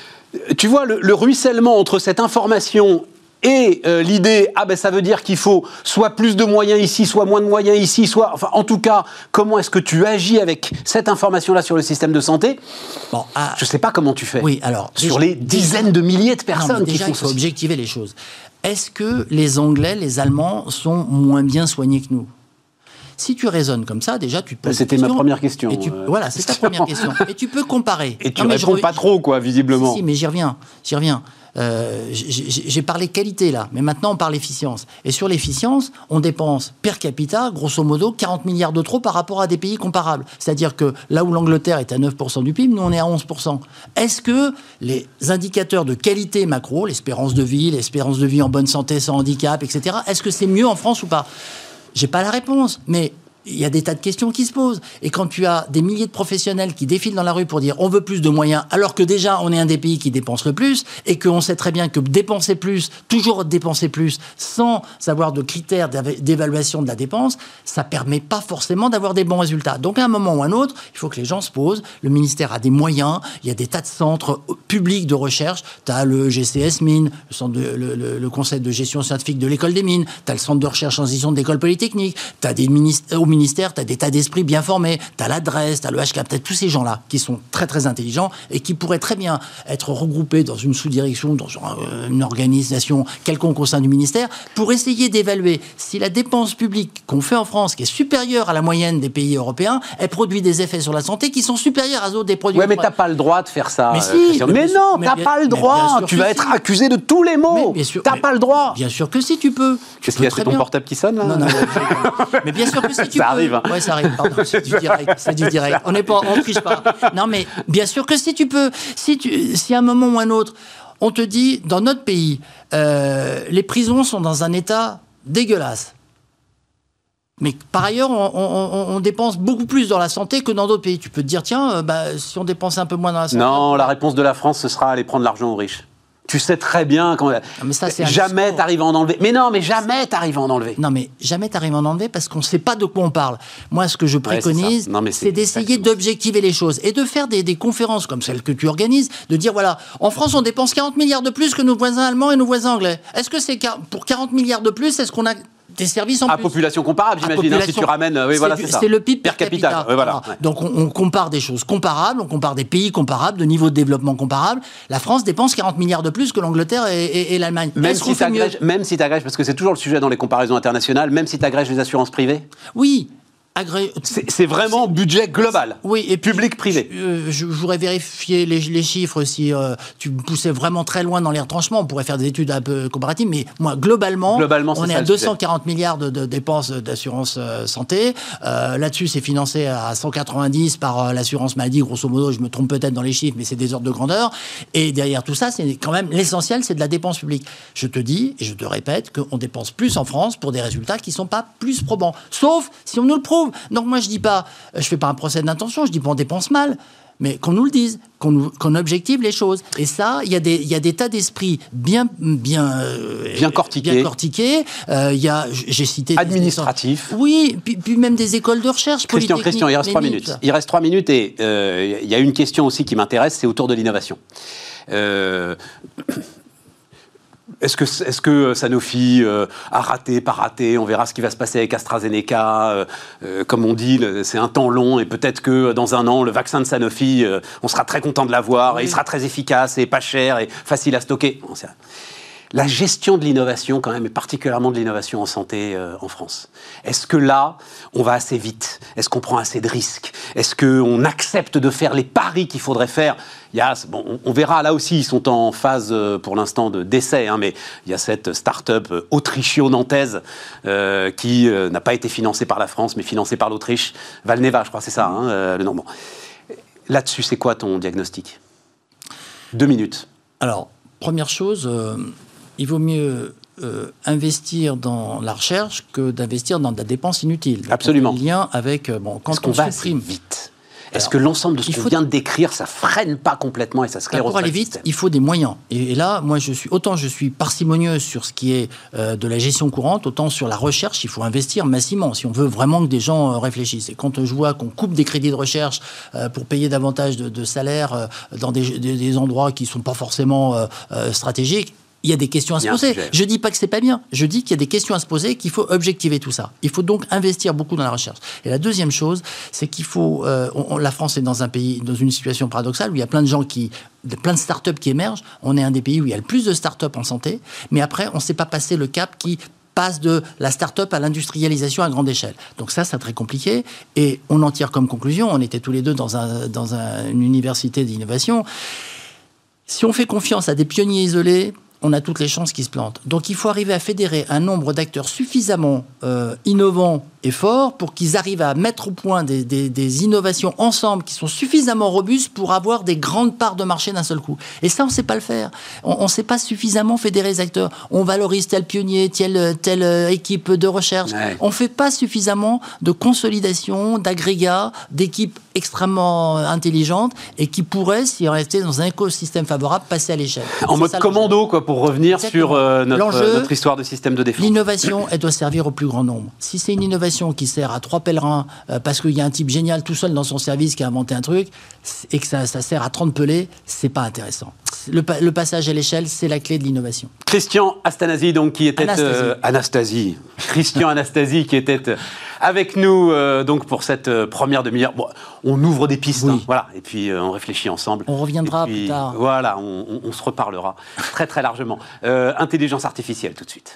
[SPEAKER 1] tu vois, le, le ruissellement entre cette information et euh, l'idée, ah ben ça veut dire qu'il faut soit plus de moyens ici, soit moins de moyens ici, soit... Enfin, en tout cas, comment est-ce que tu agis avec cette information-là sur le système de santé? bon, ah, Je ne sais pas comment tu fais.
[SPEAKER 2] Oui, alors...
[SPEAKER 1] Sur
[SPEAKER 2] déjà,
[SPEAKER 1] les dizaines de milliers de personnes
[SPEAKER 2] non, déjà,
[SPEAKER 1] qui font
[SPEAKER 2] il faut
[SPEAKER 1] ceci.
[SPEAKER 2] objectiver les choses. Est-ce que les Anglais, les Allemands sont moins bien soignés que nous? Si tu raisonnes comme ça, déjà, tu te poses
[SPEAKER 1] C'était ma première question.
[SPEAKER 2] Et tu, euh, voilà, c'est ta première question. Et tu peux comparer.
[SPEAKER 1] Et tu non, réponds pas trop, quoi, visiblement.
[SPEAKER 2] Si, si mais j'y reviens. J'y reviens. Euh, j'ai parlé qualité là, mais maintenant on parle efficience. Et sur l'efficience, on dépense per capita, grosso modo, quarante milliards de trop par rapport à des pays comparables. C'est-à-dire que là où l'Angleterre est à neuf pour cent du P I B, nous on est à onze pour cent. Est-ce que les indicateurs de qualité macro, l'espérance de vie, l'espérance de vie en bonne santé, sans handicap, et cetera, est-ce que c'est mieux en France ou pas? J'ai pas la réponse, mais il y a des tas de questions qui se posent. Et quand tu as des milliers de professionnels qui défilent dans la rue pour dire on veut plus de moyens, alors que déjà on est un des pays qui dépense le plus, et qu'on sait très bien que dépenser plus, toujours dépenser plus, sans avoir de critères d'évaluation de la dépense, ça permet pas forcément d'avoir des bons résultats. Donc à un moment ou à un autre, il faut que les gens se posent. Le ministère a des moyens, il y a des tas de centres publics de recherche. Tu as le G C S Mines, le, centre de, le, le, le Conseil de gestion scientifique de l'école des mines, tu as le centre de recherche en transition de l'école polytechnique, tu as des ministères ministère, tu as des tas d'esprits bien formés, tu as l'adresse, tu as le H C A P, tu as tous ces gens-là qui sont très très intelligents et qui pourraient très bien être regroupés dans une sous-direction, dans une organisation quelconque au sein du ministère, pour essayer d'évaluer si la dépense publique qu'on fait en France, qui est supérieure à la moyenne des pays européens, elle produit des effets sur la santé qui sont supérieurs à d'autres des produits.
[SPEAKER 1] Oui, mais tu n'as pas le droit de faire ça.
[SPEAKER 2] Mais, si,
[SPEAKER 1] mais, mais non, tu n'as pas le droit. Tu vas être si. accusé de tous les maux. Tu n'as pas le droit.
[SPEAKER 2] Bien sûr que si, tu peux.
[SPEAKER 1] Qu'est-ce qu'il y a, c'est ton bien. portable qui sonne là? Non, non, non.
[SPEAKER 2] Mais bien sûr que si, tu
[SPEAKER 1] ça arrive. Hein.
[SPEAKER 2] Oui, ça arrive, pardon, c'est du direct, c'est du direct. On n'est pas, on triche pas. Non, mais bien sûr que si tu peux, si tu, si à un moment ou à un autre, on te dit, dans notre pays, euh, les prisons sont dans un état dégueulasse. Mais par ailleurs, on, on, on dépense beaucoup plus dans la santé que dans d'autres pays. Tu peux te dire, tiens, euh, bah, si on dépense un peu moins dans la santé...
[SPEAKER 1] Non, la réponse de la France, ce sera aller prendre l'argent aux riches. Tu sais très bien quand...
[SPEAKER 2] mais ça, c'est
[SPEAKER 1] jamais t'arrives à en enlever. Mais non, mais jamais t'arrives à en enlever.
[SPEAKER 2] Non, mais jamais t'arrives à en enlever parce qu'on ne sait pas de quoi on parle. Moi, ce que je préconise, ouais, c'est, c'est d'essayer d'objectiver les choses et de faire des, des conférences comme celles que tu organises, de dire, voilà, en France, on dépense quarante milliards de plus que nos voisins allemands et nos voisins anglais. Est-ce que c'est pour quarante milliards de plus, est-ce qu'on a... des services en
[SPEAKER 1] à
[SPEAKER 2] plus.
[SPEAKER 1] population comparable, j'imagine, hein, si tu ramènes... Oui, voilà, c'est,
[SPEAKER 2] c'est,
[SPEAKER 1] ça.
[SPEAKER 2] c'est le P I B per
[SPEAKER 1] capita.
[SPEAKER 2] capita.
[SPEAKER 1] Oui, voilà.
[SPEAKER 2] Ouais. Donc, on, on compare des choses comparables, on compare des pays comparables, de niveau de développement comparable. La France dépense quarante milliards de plus que l'Angleterre et, et, et l'Allemagne.
[SPEAKER 1] Même si tu agrèges, même si tu agrèges, parce que c'est toujours le sujet dans les comparaisons internationales, même si tu agrèges les assurances privées.
[SPEAKER 2] Oui. Agré...
[SPEAKER 1] C'est, c'est vraiment c'est... budget global,
[SPEAKER 2] oui, et
[SPEAKER 1] public-privé.
[SPEAKER 2] Euh, je, je voudrais vérifier les, les chiffres si euh, tu poussais vraiment très loin dans les retranchements. On pourrait faire des études un peu comparatives, mais moi, globalement, globalement on est à deux cent quarante milliards de, de dépenses d'assurance euh, santé. Euh, là-dessus, c'est financé à cent quatre-vingt-dix par euh, l'assurance maladie, grosso modo. Je me trompe peut-être dans les chiffres, mais c'est des ordres de grandeur. Et derrière tout ça, c'est quand même l'essentiel, c'est de la dépense publique. Je te dis, et je te répète, qu'on dépense plus en France pour des résultats qui ne sont pas plus probants. Sauf si on nous le prouve. Donc moi je dis pas, je fais pas un procès d'intention, je dis pas on dépense mal, mais qu'on nous le dise, qu'on, nous, qu'on objective les choses. Et ça, il y a des, il y a des tas d'esprits bien, bien, euh,
[SPEAKER 1] bien cortiqués.
[SPEAKER 2] Bien cortiqués. Euh, il y a, j'ai cité
[SPEAKER 1] administratif.
[SPEAKER 2] Des, oui, puis, puis même des écoles de recherche.
[SPEAKER 1] Christian, Christian, il reste trois minutes. Il reste trois minutes et euh, il y a une question aussi qui m'intéresse, c'est autour de l'innovation. Euh, Est-ce que, est-ce que Sanofi euh, a raté, pas raté? On verra ce qui va se passer avec AstraZeneca. Euh, euh, comme on dit, le, c'est un temps long et peut-être que dans un an, le vaccin de Sanofi, euh, on sera très content de l'avoir, oui. Et il sera très efficace et pas cher et facile à stocker. Bon, c'est... La gestion de l'innovation, quand même, et particulièrement de l'innovation en santé euh, en France. Est-ce que là, on va assez vite? Est-ce qu'on prend assez de risques? Est-ce qu'on accepte de faire les paris qu'il faudrait faire? Il y a, bon, on, on verra, là aussi, ils sont en phase, euh, pour l'instant, de d'essai, hein, mais il y a cette start-up euh, autrichio-nantaise euh, qui euh, n'a pas été financée par la France, mais financée par l'Autriche. Valneva, je crois, c'est ça, hein, euh, le nom. Bon. Là-dessus, c'est quoi ton diagnostic? Deux minutes.
[SPEAKER 2] Alors, première chose... Euh... Il vaut mieux euh, investir dans la recherche que d'investir dans de la dépense inutile. Donc,
[SPEAKER 1] absolument.
[SPEAKER 2] on a le lien avec euh, bon, quand
[SPEAKER 1] Est-ce qu'on
[SPEAKER 2] on
[SPEAKER 1] va
[SPEAKER 2] supprime
[SPEAKER 1] assez vite? Est-ce que l'ensemble de ce qu'on faut... vient de décrire, ça freine pas complètement et ça sclérose
[SPEAKER 2] Pour aller vite, il faut des moyens. Et, et là, moi, je suis autant je suis parcimonieux sur ce qui est euh, de la gestion courante, autant sur la recherche, il faut investir massivement si on veut vraiment que des gens euh, réfléchissent. Et quand je vois qu'on coupe des crédits de recherche euh, pour payer davantage de, de salaires euh, dans des, des, des endroits qui sont pas forcément euh, euh, stratégiques, il y a des questions à se poser. Je dis pas que c'est pas bien. Je dis qu'il y a des questions à se poser, qu'il faut objectiver tout ça. Il faut donc investir beaucoup dans la recherche. Et la deuxième chose, c'est qu'il faut. Euh, on, la France est dans un pays, dans une situation paradoxale où il y a plein de gens qui, plein de start-up qui émergent. On est un des pays où il y a le plus de start-up en santé, mais après, on ne sait pas passer le cap qui passe de la start-up à l'industrialisation à grande échelle. Donc ça, c'est très compliqué. Et on en tire comme conclusion. On était tous les deux dans un, dans un, une université d'innovation. Si on fait confiance à des pionniers isolés, on a toutes les chances qu'ils se plantent. Donc il faut arriver à fédérer un nombre d'acteurs suffisamment euh, innovants et forts pour qu'ils arrivent à mettre au point des, des, des innovations ensemble qui sont suffisamment robustes pour avoir des grandes parts de marché d'un seul coup. Et ça, on ne sait pas le faire. On ne sait pas suffisamment fédérer les acteurs. On valorise tel pionnier, telle, telle équipe de recherche. Ouais. On ne fait pas suffisamment de consolidation, d'agrégats, d'équipes extrêmement intelligentes et qui pourraient, si on restait dans un écosystème favorable, passer à l'échelle.
[SPEAKER 1] En mode commando, quoi, pour revenir Exactement. sur euh, notre, euh, notre histoire de système de défense.
[SPEAKER 2] L'innovation, elle doit servir au plus grand nombre. Si c'est une innovation qui sert à trois pèlerins euh, parce qu'il y a un type génial tout seul dans son service qui a inventé un truc et que ça, ça sert à trente pelés, c'est pas intéressant. Le, le passage à l'échelle, c'est la clé de l'innovation.
[SPEAKER 1] Christian Astanasi, donc, qui était...
[SPEAKER 2] Anastasie.
[SPEAKER 1] Euh, Anastasie. Christian Astanasi, qui était euh, avec nous euh, donc pour cette euh, première demi-heure. Bon, on ouvre des pistes, oui. hein, voilà, et puis euh, on réfléchit ensemble.
[SPEAKER 2] On reviendra
[SPEAKER 1] puis,
[SPEAKER 2] plus tard.
[SPEAKER 1] Voilà, on, on, on se reparlera très très largement. Euh, intelligence artificielle, tout de suite.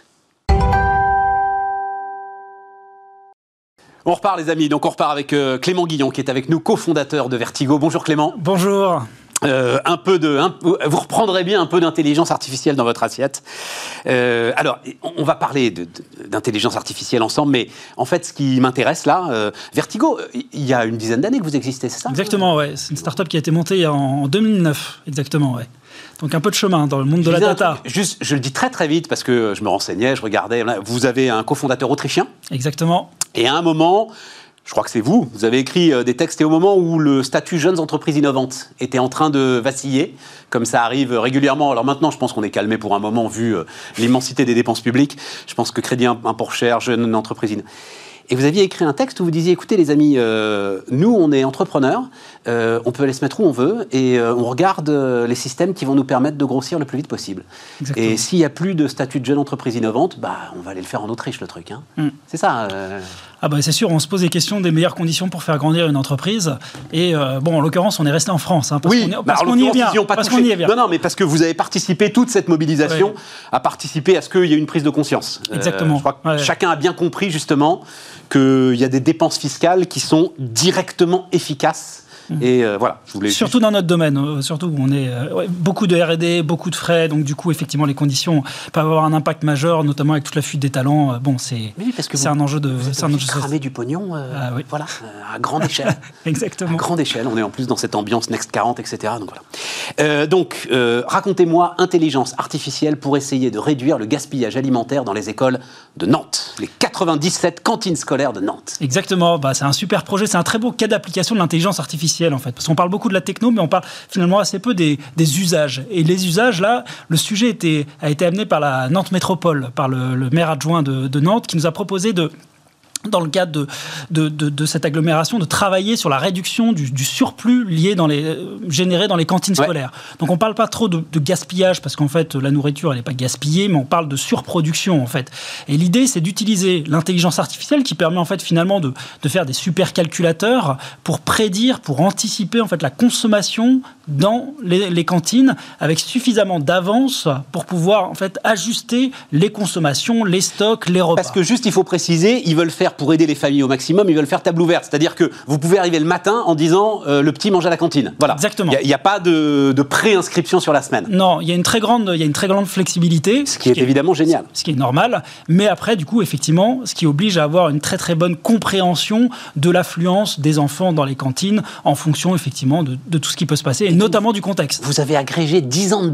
[SPEAKER 1] On repart, les amis. Donc, on repart avec euh, Clément Guillon, qui est avec nous, cofondateur de Vertigo. Bonjour, Clément.
[SPEAKER 3] Bonjour.
[SPEAKER 1] Euh, un peu de, un, vous reprendrez bien un peu d'intelligence artificielle dans votre assiette. Euh, alors, on va parler de, de, d'intelligence artificielle ensemble, mais en fait, ce qui m'intéresse là, euh, Vertigo, il y a une dizaine d'années que vous existez, c'est ça ?
[SPEAKER 3] Exactement, ouais. C'est une start-up qui a été montée en deux mille neuf, exactement, ouais. Donc un peu de chemin dans le monde de la data.
[SPEAKER 1] Juste, je le dis très très vite parce que je me renseignais, je regardais. Vous avez un cofondateur autrichien.
[SPEAKER 3] Exactement.
[SPEAKER 1] Et à un moment, je crois que c'est vous, vous avez écrit des textes et au moment où le statut jeunes entreprises innovantes était en train de vaciller, comme ça arrive régulièrement. Alors maintenant, je pense qu'on est calmé pour un moment vu l'immensité des dépenses publiques. Je pense que crédit impôt cher, jeune entreprise innovantes. Et vous aviez écrit un texte où vous disiez, écoutez les amis, euh, nous on est entrepreneurs, euh, on peut aller se mettre où on veut et euh, on regarde euh, les systèmes qui vont nous permettre de grossir le plus vite possible. Exactement. Et s'il n'y a plus de statut de jeune entreprise innovante, bah, on va aller le faire en Autriche le truc. Hein. Mm. C'est ça euh...
[SPEAKER 3] Ah bah c'est sûr, on se pose des questions des meilleures conditions pour faire grandir une entreprise. Et euh, bon, en l'occurrence, on est resté en France. Hein, parce
[SPEAKER 1] oui,
[SPEAKER 3] qu'on, est,
[SPEAKER 1] bah,
[SPEAKER 3] parce qu'on y est bien. Parce qu'on y est bien.
[SPEAKER 1] Non, non, mais parce que vous avez participé, toute cette mobilisation ouais. a participé à ce qu'il y ait une prise de conscience.
[SPEAKER 3] Exactement. Euh,
[SPEAKER 1] je crois que
[SPEAKER 3] ouais.
[SPEAKER 1] chacun a bien compris justement qu'il y a des dépenses fiscales qui sont directement efficaces. Et euh, voilà, je voulais
[SPEAKER 3] surtout juste... dans notre domaine, euh, surtout où on est euh, ouais, beaucoup de R et D, beaucoup de frais, donc du coup effectivement les conditions peuvent avoir un impact majeur, notamment avec toute la fuite des talents. Euh, bon, c'est
[SPEAKER 1] oui, parce que
[SPEAKER 3] c'est
[SPEAKER 1] vous,
[SPEAKER 3] un enjeu de
[SPEAKER 1] vous
[SPEAKER 3] c'est un enjeu
[SPEAKER 1] de cramer du pognon, euh,
[SPEAKER 3] ah, oui.
[SPEAKER 1] voilà, euh, à grande échelle.
[SPEAKER 3] Exactement.
[SPEAKER 1] À grande échelle, on est en plus dans cette ambiance Next quarante, et cetera. Donc voilà. Euh, donc euh, racontez-moi intelligence artificielle pour essayer de réduire le gaspillage alimentaire dans les écoles de Nantes, les quatre-vingt-dix-sept cantines scolaires de Nantes.
[SPEAKER 3] Exactement. Bah, c'est un super projet, c'est un très beau cas d'application de l'intelligence artificielle en fait, parce qu'on parle beaucoup de la techno, mais on parle finalement assez peu des, des usages. Et les usages, là, le sujet était, a été amené par la Nantes Métropole, par le, le maire adjoint de, de Nantes, qui nous a proposé de dans le cadre de, de, de, de cette agglomération, de travailler sur la réduction du, du surplus lié dans les, euh, généré dans les cantines ouais. scolaires. Donc on ne parle pas trop de, de gaspillage, parce qu'en fait, la nourriture, elle n'est pas gaspillée, mais on parle de surproduction, en fait. Et l'idée, c'est d'utiliser l'intelligence artificielle qui permet, en fait, finalement, de, de faire des supercalculateurs pour prédire, pour anticiper, en fait, la consommation dans les, les cantines avec suffisamment d'avance pour pouvoir, en fait, ajuster les consommations, les stocks, les repas.
[SPEAKER 1] Parce que juste, il faut préciser, ils veulent faire pour aider les familles au maximum, ils veulent faire table ouverte. C'est-à-dire que vous pouvez arriver le matin en disant euh, le petit mange à la cantine. Voilà.
[SPEAKER 3] Exactement.
[SPEAKER 1] Il n'y a, a pas de, de pré-inscription sur la semaine.
[SPEAKER 3] Non, il y a une très grande, il y a une très grande flexibilité.
[SPEAKER 1] Ce qui est, ce qui est évidemment génial.
[SPEAKER 3] Ce qui est normal. Mais après, du coup, effectivement, ce qui oblige à avoir une très très bonne compréhension de l'affluence des enfants dans les cantines en fonction, effectivement, de, de tout ce qui peut se passer, et, et notamment
[SPEAKER 1] vous,
[SPEAKER 3] du contexte.
[SPEAKER 1] Vous avez agrégé dix ans de données ?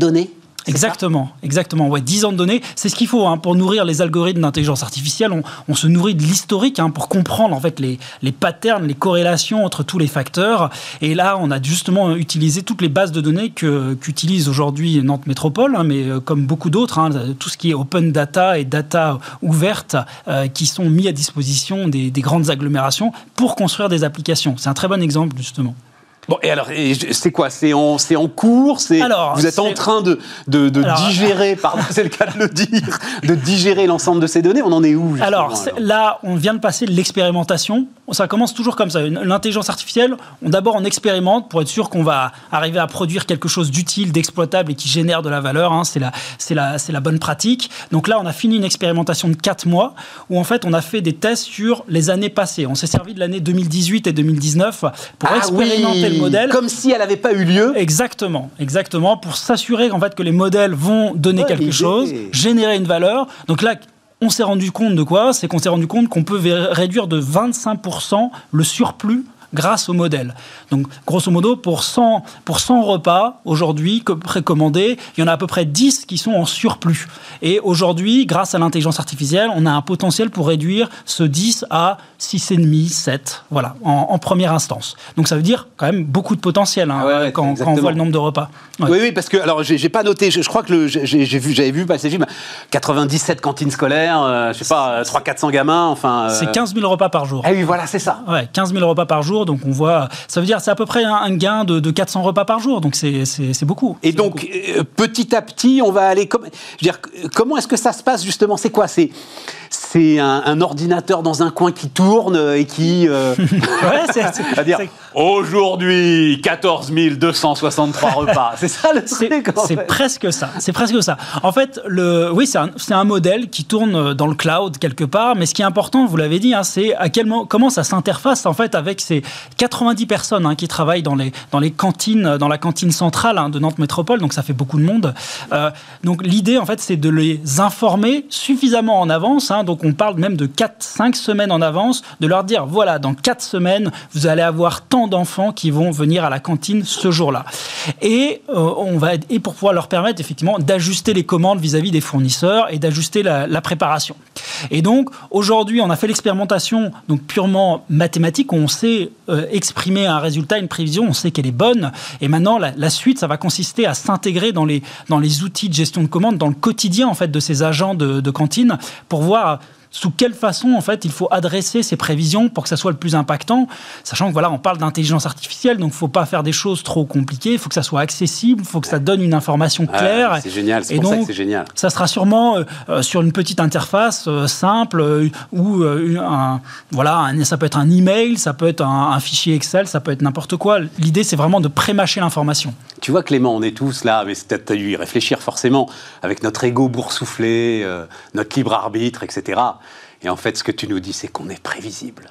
[SPEAKER 3] Exactement, exactement. Ouais, dix ans de données, c'est ce qu'il faut hein, pour nourrir les algorithmes d'intelligence artificielle. On, on se nourrit de l'historique hein, pour comprendre en fait les, les patterns, les corrélations entre tous les facteurs. Et là, on a justement utilisé toutes les bases de données que, qu'utilise aujourd'hui Nantes Métropole, hein, mais euh, comme beaucoup d'autres, hein, tout ce qui est open data et data ouverte euh, qui sont mis à disposition des, des grandes agglomérations pour construire des applications. C'est un très bon exemple justement.
[SPEAKER 1] Bon, et alors, et c'est quoi? C'est en, c'est en cours c'est,
[SPEAKER 3] alors,
[SPEAKER 1] Vous êtes
[SPEAKER 3] c'est...
[SPEAKER 1] en train de, de, de
[SPEAKER 3] alors,
[SPEAKER 1] digérer, pardon, c'est le cas de le dire, de digérer l'ensemble de ces données. On en est où justement,
[SPEAKER 3] alors,
[SPEAKER 1] alors
[SPEAKER 3] là, on vient de passer de l'expérimentation. Ça commence toujours comme ça. L'intelligence artificielle, on, d'abord, on expérimente pour être sûr qu'on va arriver à produire quelque chose d'utile, d'exploitable et qui génère de la valeur. Hein. C'est, la, c'est, la, c'est la bonne pratique. Donc là, on a fini une expérimentation de quatre mois où, en fait, on a fait des tests sur les années passées. On s'est servi de l'année deux mille dix-huit et deux mille dix-neuf pour
[SPEAKER 1] ah,
[SPEAKER 3] expérimenter
[SPEAKER 1] oui.
[SPEAKER 3] le modèle.
[SPEAKER 1] Comme si elle n'avait pas eu lieu.
[SPEAKER 3] Exactement, exactement, pour s'assurer en fait, que les modèles vont donner ouais, quelque l'idée. chose, générer une valeur. Donc là, on s'est rendu compte de quoi? C'est qu'on s'est rendu compte qu'on peut réduire de vingt-cinq pour cent le surplus grâce au modèle. Donc, grosso modo, pour cent, pour cent repas, aujourd'hui, précommandés, il y en a à peu près dix qui sont en surplus. Et aujourd'hui, grâce à l'intelligence artificielle, on a un potentiel pour réduire ce dix à six virgule cinq, sept, voilà, en, en première instance. Donc, ça veut dire quand même beaucoup de potentiel hein, ouais, ouais, quand, quand on voit le nombre de repas.
[SPEAKER 1] Ouais. Oui, oui, parce que, alors, j'ai, j'ai pas noté, je, je crois que le, j'ai, j'ai vu, j'avais vu passer, quatre-vingt-dix-sept cantines scolaires, euh, je sais pas, trois cents à quatre cents gamins, enfin... Euh...
[SPEAKER 3] C'est quinze mille repas par jour.
[SPEAKER 1] Ah oui, voilà, c'est ça.
[SPEAKER 3] Ouais, quinze mille repas par jour. Donc on voit, ça veut dire c'est à peu près un, un gain de, de quatre cents repas par jour, donc c'est, c'est, c'est beaucoup.
[SPEAKER 1] Et
[SPEAKER 3] c'est
[SPEAKER 1] donc
[SPEAKER 3] beaucoup.
[SPEAKER 1] Euh, petit à petit, on va aller. Com- je veux dire, comment est-ce que ça se passe justement? C'est quoi? C'est c'est un, un ordinateur dans un coin qui tourne et qui. Euh...
[SPEAKER 3] ouais, c'est. c'est,
[SPEAKER 1] à dire,
[SPEAKER 3] c'est...
[SPEAKER 1] Aujourd'hui, quatorze mille deux cent soixante-trois repas. C'est ça le
[SPEAKER 3] c'est,
[SPEAKER 1] truc.
[SPEAKER 3] C'est fait. presque ça. C'est presque ça. En fait, le, oui, c'est un, c'est un modèle qui tourne dans le cloud quelque part, mais ce qui est important, vous l'avez dit, hein, c'est à quel moment, comment ça s'interface en fait avec ces quatre-vingt-dix personnes hein, qui travaillent dans les, dans les cantines, dans la cantine centrale hein, de Nantes Métropole, donc ça fait beaucoup de monde. Euh, donc l'idée, en fait, c'est de les informer suffisamment en avance, hein, donc on parle même de quatre à cinq semaines en avance, de leur dire, voilà, dans quatre semaines, vous allez avoir tant d'enfants qui vont venir à la cantine ce jour-là. Et, euh, on va, et pour pouvoir leur permettre, effectivement, d'ajuster les commandes vis-à-vis des fournisseurs et d'ajuster la, la préparation. Et donc, aujourd'hui, on a fait l'expérimentation donc purement mathématique, où on sait euh, exprimer un résultat, une prévision, on sait qu'elle est bonne. Et maintenant, la, la suite, ça va consister à s'intégrer dans les, dans les outils de gestion de commande, dans le quotidien en fait, de ces agents de, de cantine, pour voir sous quelle façon, en fait, il faut adresser ces prévisions pour que ça soit le plus impactant, sachant que, voilà, on parle d'intelligence artificielle, donc il ne faut pas faire des choses trop compliquées, il faut que ça soit accessible, il faut que ça donne une information claire.
[SPEAKER 1] Ah, c'est génial, c'est
[SPEAKER 3] et
[SPEAKER 1] pour
[SPEAKER 3] donc,
[SPEAKER 1] ça que c'est génial.
[SPEAKER 3] Ça sera sûrement euh, sur une petite interface euh, simple, euh, ou euh, un, voilà, un, ça peut être un email, ça peut être un, un fichier Excel, ça peut être n'importe quoi. L'idée, c'est vraiment de pré-mâcher l'information.
[SPEAKER 1] Tu vois, Clément, on est tous là, mais c'est peut-être à y réfléchir forcément, avec notre ego boursouflé, euh, notre libre arbitre, et cetera. Et en fait, ce que tu nous dis, c'est qu'on est prévisible.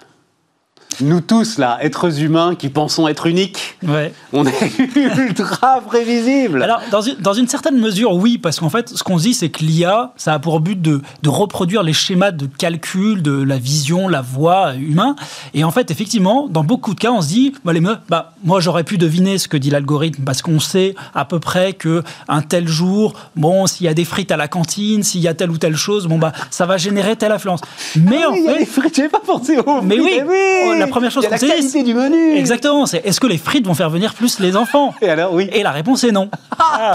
[SPEAKER 1] Nous tous, là, êtres humains qui pensons être uniques,
[SPEAKER 3] ouais.
[SPEAKER 1] on est ultra prévisibles.
[SPEAKER 3] Alors, dans une, dans une certaine mesure, oui, parce qu'en fait, ce qu'on se dit, c'est que l'I A, ça a pour but de, de reproduire les schémas de calcul de la vision, la voix humain. Et en fait, effectivement, dans beaucoup de cas, on se dit, bah, les meufs, bah, moi, j'aurais pu deviner ce que dit l'algorithme, parce qu'on sait à peu près qu'un tel jour, bon, s'il y a des frites à la cantine, s'il y a telle ou telle chose, bon, bah, ça va générer telle influence. Mais
[SPEAKER 1] ah
[SPEAKER 3] en
[SPEAKER 1] oui,
[SPEAKER 3] fait...
[SPEAKER 1] Il y a des frites, j'avais pas pensé aux frites.
[SPEAKER 3] Mais oui,
[SPEAKER 1] oui.
[SPEAKER 3] La première chose
[SPEAKER 1] il y a
[SPEAKER 3] qu'on
[SPEAKER 1] la
[SPEAKER 3] sait,
[SPEAKER 1] qualité du menu.
[SPEAKER 3] Exactement, c'est est-ce que les frites vont faire venir plus les enfants?
[SPEAKER 1] Et alors, oui.
[SPEAKER 3] Et la réponse est non. Ah.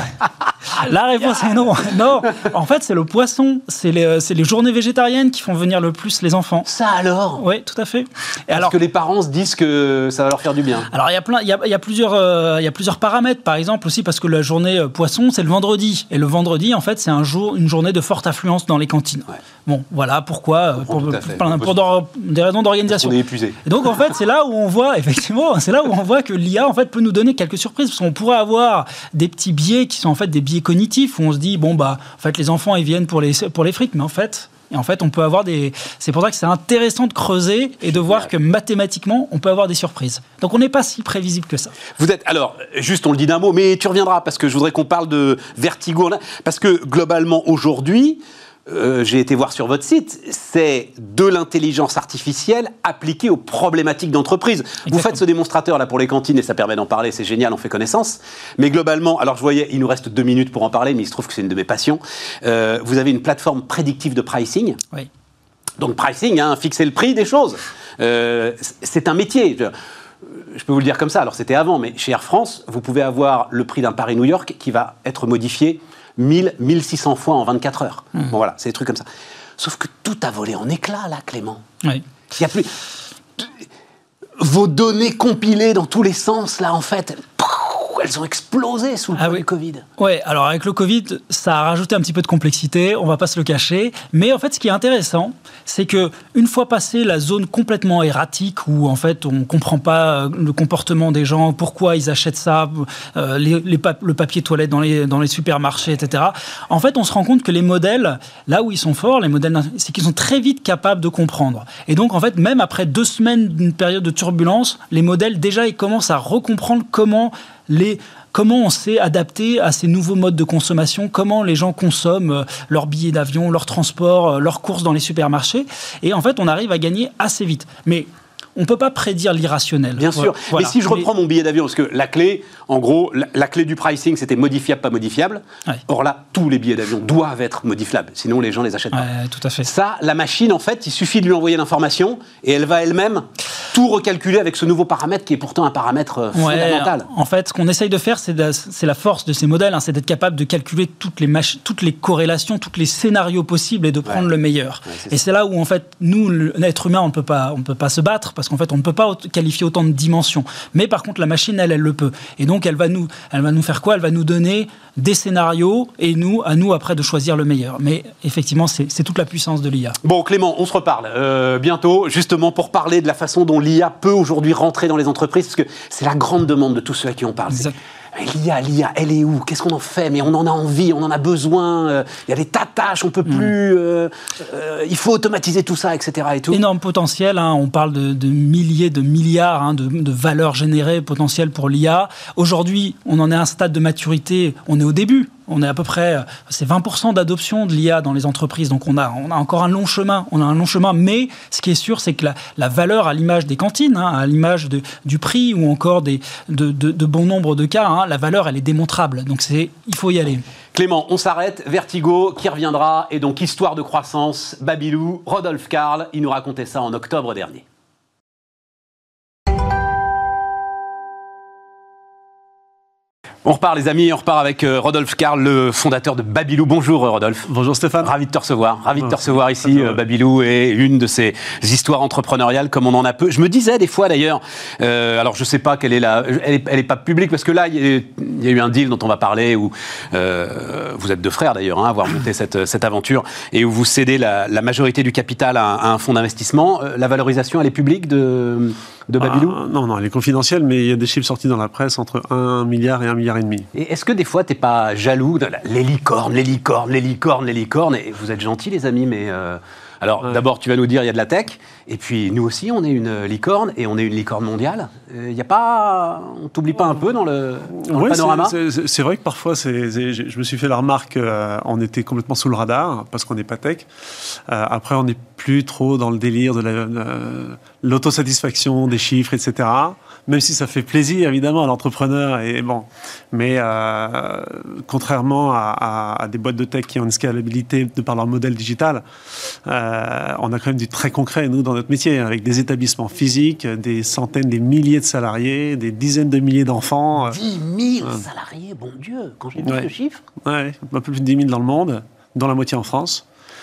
[SPEAKER 3] La réponse est non. Non, en fait, c'est le poisson, c'est les, c'est les journées végétariennes qui font venir le plus les enfants.
[SPEAKER 1] Ça alors?
[SPEAKER 3] Oui, tout à fait. Et
[SPEAKER 1] Parce
[SPEAKER 3] alors,
[SPEAKER 1] que les parents se disent que ça va leur faire du bien.
[SPEAKER 3] Alors, il y a plein, il y a, il y a plusieurs, euh, il y a plusieurs paramètres, par exemple aussi parce que la journée euh, poisson, c'est le vendredi, et le vendredi, en fait, c'est un jour, une journée de forte affluence dans les cantines. Ouais. Bon, voilà pourquoi, euh, pour, pour, pour, pour d'or, des raisons d'organisation.
[SPEAKER 1] On est épuisé.
[SPEAKER 3] Et donc, en fait, c'est là où on voit, effectivement, c'est là où on voit que l'I A, en fait, peut nous donner quelques surprises, parce qu'on pourrait avoir des petits biais qui sont en fait des biais cognitifs, où on se dit, bon, bah, en fait, les enfants, ils viennent pour les, pour les frites, mais en fait... Et en fait, on peut avoir des... C'est pour ça que c'est intéressant de creuser et de voir que mathématiquement, on peut avoir des surprises. Donc, on n'est pas si prévisible que ça.
[SPEAKER 1] Vous êtes... Alors, juste, on le dit d'un mot, mais tu reviendras, parce que je voudrais qu'on parle de Vertigo. Parce que, globalement, aujourd'hui, euh, j'ai été voir sur votre site, c'est de l'intelligence artificielle appliquée aux problématiques d'entreprise. Vous faites ce démonstrateur là pour les cantines et ça permet d'en parler, c'est génial, on fait connaissance. Mais globalement, alors je voyais, il nous reste deux minutes pour en parler, mais il se trouve que c'est une de mes passions. Euh, vous avez une plateforme prédictive de pricing.
[SPEAKER 3] Oui.
[SPEAKER 1] Donc pricing, hein, fixer le prix des choses. Euh, c'est un métier. Je, je peux vous le dire comme ça. Alors c'était avant, mais chez Air France, vous pouvez avoir le prix d'un Paris-New York qui va être modifié mille, mille six cents fois en vingt-quatre heures. Mmh. Bon voilà, c'est des trucs comme ça. Sauf que tout a volé en éclats là, Clément.
[SPEAKER 3] Oui.
[SPEAKER 1] Il y a plus vos données compilées dans tous les sens là, en fait. Elles ont explosé sous le
[SPEAKER 3] ah
[SPEAKER 1] coup
[SPEAKER 3] oui.
[SPEAKER 1] du Covid.
[SPEAKER 3] Oui, alors avec le Covid, ça a rajouté un petit peu de complexité, on ne va pas se le cacher. Mais en fait, ce qui est intéressant, c'est qu'une fois passé la zone complètement erratique, où en fait on ne comprend pas le comportement des gens, pourquoi ils achètent ça, euh, les, les pa- le papier toilette dans les, dans les supermarchés, et cetera. En fait, on se rend compte que les modèles, là où ils sont forts, les modèles, c'est qu'ils sont très vite capables de comprendre. Et donc, en fait, même après deux semaines d'une période de turbulence, les modèles, déjà, ils commencent à recomprendre comment... Les, comment on s'est adapté à ces nouveaux modes de consommation, comment les gens consomment euh, leurs billets d'avion, leurs transports, euh, leurs courses dans les supermarchés. Et en fait, on arrive à gagner assez vite. Mais on ne peut pas prédire l'irrationnel.
[SPEAKER 1] Bien sûr.
[SPEAKER 3] Voilà.
[SPEAKER 1] Mais si je reprends Mais... mon billet d'avion, parce que la clé, en gros, la, la clé du pricing, c'était modifiable, pas modifiable. Ouais. Or là, tous les billets d'avion doivent être modifiables. Sinon, les gens ne les achètent pas.
[SPEAKER 3] Ouais, tout à fait.
[SPEAKER 1] Ça, la machine, en fait, il suffit de lui envoyer l'information et elle va elle-même tout recalculer avec ce nouveau paramètre qui est pourtant un paramètre ouais, fondamental.
[SPEAKER 3] En fait, ce qu'on essaye de faire, c'est, de, c'est la force de ces modèles, hein, c'est d'être capable de calculer toutes les, mach- toutes les corrélations, tous les scénarios possibles et de prendre ouais. le meilleur. Ouais, c'est et ça. C'est là où, en fait, nous, l'être humain, on ne peut pas, on ne peut pas se battre parce qu'en fait, on ne peut pas qualifier autant de dimensions. Mais par contre, la machine, elle, elle le peut. Et donc, elle va nous, elle va nous faire quoi ? Elle va nous donner des scénarios et nous, à nous, après, de choisir le meilleur. Mais effectivement, c'est, c'est toute la puissance de l'I A.
[SPEAKER 1] Bon, Clément, on se reparle euh, bientôt, justement pour parler de la façon dont l'I A peut aujourd'hui rentrer dans les entreprises, parce que c'est la grande demande de tous ceux à qui on parle. L'I A, l'I A, elle est où ? Qu'est-ce qu'on en fait ? Mais on en a envie, on en a besoin. Il euh, y a des tas de tâches, on peut mmh. plus. Euh, euh, il faut automatiser tout ça, et cetera. Et tout.
[SPEAKER 3] Énorme potentiel. Hein, on parle de, de milliers, de milliards hein, de, de valeurs générées potentielles pour l'I A. Aujourd'hui, on en est à un stade de maturité. On est au début. On est à peu près, c'est vingt pour cent d'adoption de l'I A dans les entreprises. Donc on a, on a encore un long chemin. On a un long chemin, mais ce qui est sûr, c'est que la, la valeur, à l'image des cantines, hein, à l'image de, du prix ou encore des, de, de, de bon nombre de cas, hein, la valeur, elle est démontrable. Donc c'est, il faut y aller.
[SPEAKER 1] Clément, on s'arrête. Vertigo qui reviendra et donc histoire de croissance. Babylou, Rodolphe Karl, il nous racontait ça en octobre dernier. On repart les amis, on repart avec euh, Rodolphe Karl, le fondateur de Babylou. Bonjour Rodolphe.
[SPEAKER 4] Bonjour Stéphane.
[SPEAKER 1] Ravi de te recevoir. Ravi
[SPEAKER 4] Bonjour.
[SPEAKER 1] de te recevoir ici. Euh, Babylou est une de ces histoires entrepreneuriales comme on en a peu. Je me disais des fois d'ailleurs, euh, alors je sais pas quelle est la, elle est, elle est pas publique parce que là il y, y a eu un deal dont on va parler où euh, vous êtes deux frères d'ailleurs, hein, à avoir monté cette, cette aventure et où vous cédez la, la majorité du capital à, à un fonds d'investissement. Euh, la valorisation elle est publique de de Babylou ?
[SPEAKER 4] Ah, non, non, elle est confidentielle, mais il y a des chiffres sortis dans la presse entre un milliard et un milliard et demi.
[SPEAKER 1] Et est-ce que des fois, t'es pas jaloux de la, les licornes, les licornes, les licornes, les licornes, et vous êtes gentils les amis, mais... Euh, alors ouais. D'abord, tu vas nous dire, il y a de la tech, et puis nous aussi, on est une licorne, et on est une licorne mondiale. Il y a pas... On t'oublie pas un peu dans le, dans
[SPEAKER 4] ouais,
[SPEAKER 1] le panorama ?
[SPEAKER 4] c'est, c'est, c'est vrai que parfois, c'est, c'est, je me suis fait la remarque, euh, on était complètement sous le radar, parce qu'on n'est pas tech. Euh, après, on n'est plus trop dans le délire de la, euh, l'autosatisfaction, des chiffres, et cetera. Même si ça fait plaisir, évidemment, à l'entrepreneur. Et bon. Mais euh, contrairement à, à, à des boîtes de tech qui ont une scalabilité de par leur modèle digital, euh, on a quand même du très concret, nous, dans notre métier, avec des établissements physiques, des centaines, des milliers de salariés, des dizaines de milliers d'enfants.
[SPEAKER 1] dix mille euh, salariés, bon Dieu, quand j'ai vu
[SPEAKER 4] ouais.
[SPEAKER 1] ce chiffre.
[SPEAKER 4] Oui, un peu plus de dix mille dans le monde, dont la moitié en France.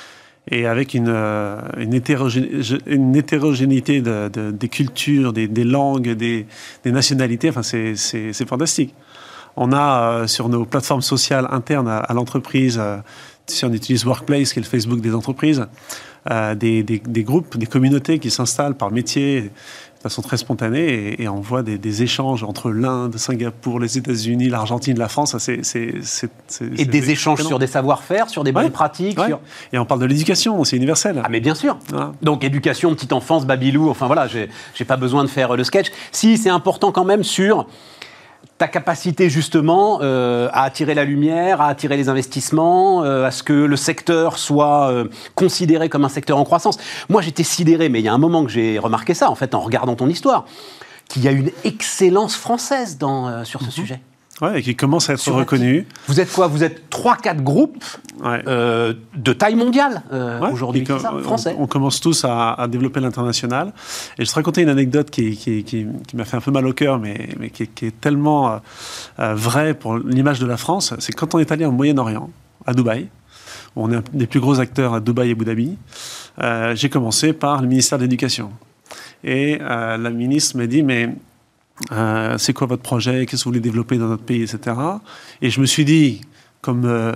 [SPEAKER 4] Et avec une, euh, une, hétérogé- une hétérogénéité de, de, des cultures, des, des langues, des, des nationalités, enfin c'est, c'est, c'est fantastique. On a euh, sur nos plateformes sociales internes à, à l'entreprise, euh, si on utilise Workplace, qui est le Facebook des entreprises, euh, des, des, des groupes, des communautés qui s'installent par métier de façon très spontanée et, et on voit des, des échanges entre l'Inde, Singapour, les États-Unis, l'Argentine, la France. C'est, c'est, c'est, c'est,
[SPEAKER 1] et
[SPEAKER 4] c'est
[SPEAKER 1] des échanges sur des savoir-faire, sur des bonnes
[SPEAKER 4] ouais,
[SPEAKER 1] pratiques.
[SPEAKER 4] Ouais.
[SPEAKER 1] Sur...
[SPEAKER 4] Et on parle de l'éducation, c'est universel.
[SPEAKER 1] Ah mais bien sûr.
[SPEAKER 4] Voilà.
[SPEAKER 1] Donc éducation, petite enfance, Babylou, enfin voilà, j'ai, j'ai pas besoin de faire le sketch. Si, c'est important quand même sur... ta capacité justement euh, à attirer la lumière, à attirer les investissements, euh, à ce que le secteur soit euh, considéré comme un secteur en croissance. Moi, j'étais sidéré, mais il y a un moment que j'ai remarqué ça, en fait, en regardant ton histoire, qu'il y a une excellence française dans, euh, sur ce mm-hmm. sujet.
[SPEAKER 4] Ouais, et qui commence à être sur reconnu.
[SPEAKER 1] Vous êtes quoi? Vous êtes trois quatre groupes ouais. euh, de taille mondiale euh, ouais, aujourd'hui, c'est ça, français.
[SPEAKER 4] On, on commence tous à, à développer l'international. Et je te racontais une anecdote qui, qui, qui, qui m'a fait un peu mal au cœur, mais, mais qui, qui est tellement euh, vraie pour l'image de la France. C'est quand on est allé au Moyen-Orient, à Dubaï, où on est un des plus gros acteurs à Dubaï et Abu Dhabi, euh, j'ai commencé par le ministère de l'Éducation. Et euh, la ministre m'a dit, mais... Euh, c'est quoi votre projet, qu'est-ce que vous voulez développer dans notre pays, et cetera. Et je me suis dit, comme euh,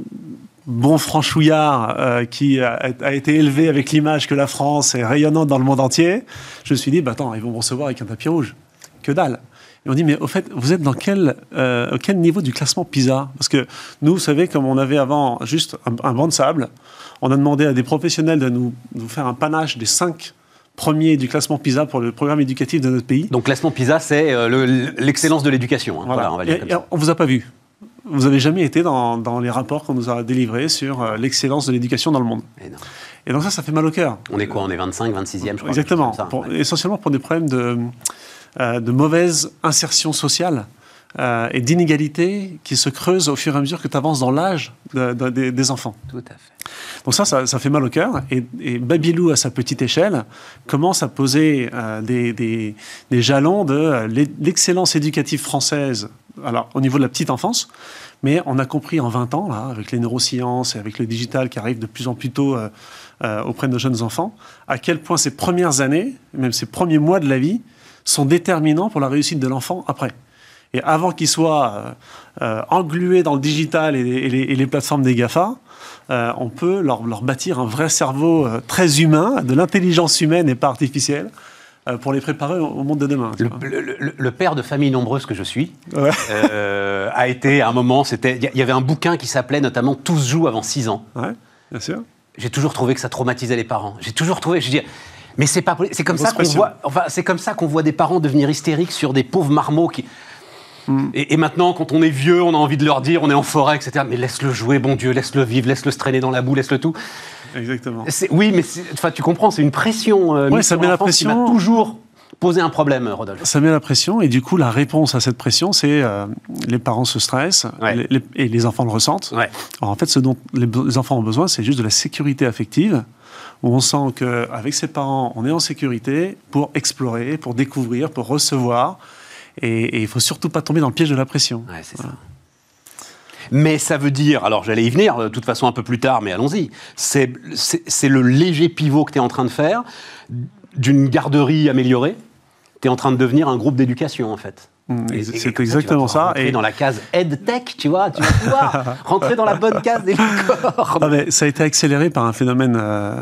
[SPEAKER 4] bon franchouillard euh, qui a, a été élevé avec l'image que la France est rayonnante dans le monde entier, je me suis dit, bah attends, ils vont me recevoir avec un tapis rouge. Que dalle. Et on dit, mais au fait, vous êtes dans quel, euh, quel niveau du classement PISA? Parce que nous, vous savez, comme on avait avant juste un, un banc de sable, on a demandé à des professionnels de nous, de nous faire un panache des cinq premier du classement PISA pour le programme éducatif de notre pays.
[SPEAKER 1] Donc, classement PISA, c'est euh, le, l'excellence de l'éducation. Hein.
[SPEAKER 4] Voilà.
[SPEAKER 1] Voilà, on va dire
[SPEAKER 4] et, et on ne vous a pas vu. Vous n'avez jamais été dans, dans les rapports qu'on nous a délivrés sur euh, l'excellence de l'éducation dans le monde. Et, non. et donc ça, ça fait mal au cœur.
[SPEAKER 1] On est quoi? On est vingt-cinq, vingt-sixième, je crois.
[SPEAKER 4] Exactement.
[SPEAKER 1] Ça,
[SPEAKER 4] pour,
[SPEAKER 1] ouais.
[SPEAKER 4] Essentiellement pour des problèmes de, euh, de mauvaise insertion sociale euh, et d'inégalité qui se creusent au fur et à mesure que tu avances dans l'âge de, de, de, des enfants.
[SPEAKER 1] Tout à fait.
[SPEAKER 4] Donc ça, ça, ça fait mal au cœur. Et, et Babylou, à sa petite échelle, commence à poser euh, des, des, des jalons de euh, l'excellence éducative française, alors au niveau de la petite enfance, mais on a compris en vingt ans, là, avec les neurosciences et avec le digital qui arrive de plus en plus tôt euh, euh, auprès de nos jeunes enfants, à quel point ces premières années, même ces premiers mois de la vie, sont déterminants pour la réussite de l'enfant après. Et avant qu'il soit euh, euh, englué dans le digital et, et, les, et les plateformes des GAFA, Euh, on peut leur, leur bâtir un vrai cerveau euh, très humain, de l'intelligence humaine et pas artificielle, euh, pour les préparer au, au monde de demain.
[SPEAKER 1] Le, le, le, le père de famille nombreuse que je suis ouais. euh, a été, à un moment, c'était, il y avait un bouquin qui s'appelait notamment « Tous jouent avant six ans ».
[SPEAKER 4] Ouais, bien sûr.
[SPEAKER 1] J'ai toujours trouvé que ça traumatisait les parents. J'ai toujours trouvé, je veux dire, mais c'est pas, c'est comme ça qu'on voit, enfin, c'est comme ça qu'on voit des parents devenir hystériques sur des pauvres marmots qui. Mm. Et, et maintenant, quand on est vieux, on a envie de leur dire, on est en forêt, et cetera. Mais laisse-le jouer, bon Dieu, laisse-le vivre, laisse-le se traîner dans la boue, laisse-le tout.
[SPEAKER 4] Exactement.
[SPEAKER 1] C'est, oui, mais enfin, tu comprends, c'est une pression. Euh,
[SPEAKER 4] ouais, ça met la pression.
[SPEAKER 1] Qui va toujours poser un problème, Rodolphe.
[SPEAKER 4] Ça met la pression, et du coup, la réponse à cette pression, c'est euh, les parents se stressent, ouais. les, les, et les enfants le ressentent. Ouais. Alors, en fait, ce dont les, les enfants ont besoin, c'est juste de la sécurité affective, où on sent qu'avec ses parents, on est en sécurité pour explorer, pour découvrir, pour recevoir. Et il ne faut surtout pas tomber dans le piège de la pression.
[SPEAKER 1] Ouais, c'est voilà. ça. Mais ça veut dire, alors j'allais y venir de toute façon un peu plus tard, mais allons-y, c'est, c'est, c'est le léger pivot que tu es en train de faire, d'une garderie améliorée, tu es en train de devenir un groupe d'éducation en fait.
[SPEAKER 4] Mmh, et, c'est et exactement ça.
[SPEAKER 1] Et dans la case EdTech, tu vois, tu vas pouvoir rentrer dans la bonne case des licornes.
[SPEAKER 4] Ah ben, ça a été accéléré par un phénomène euh,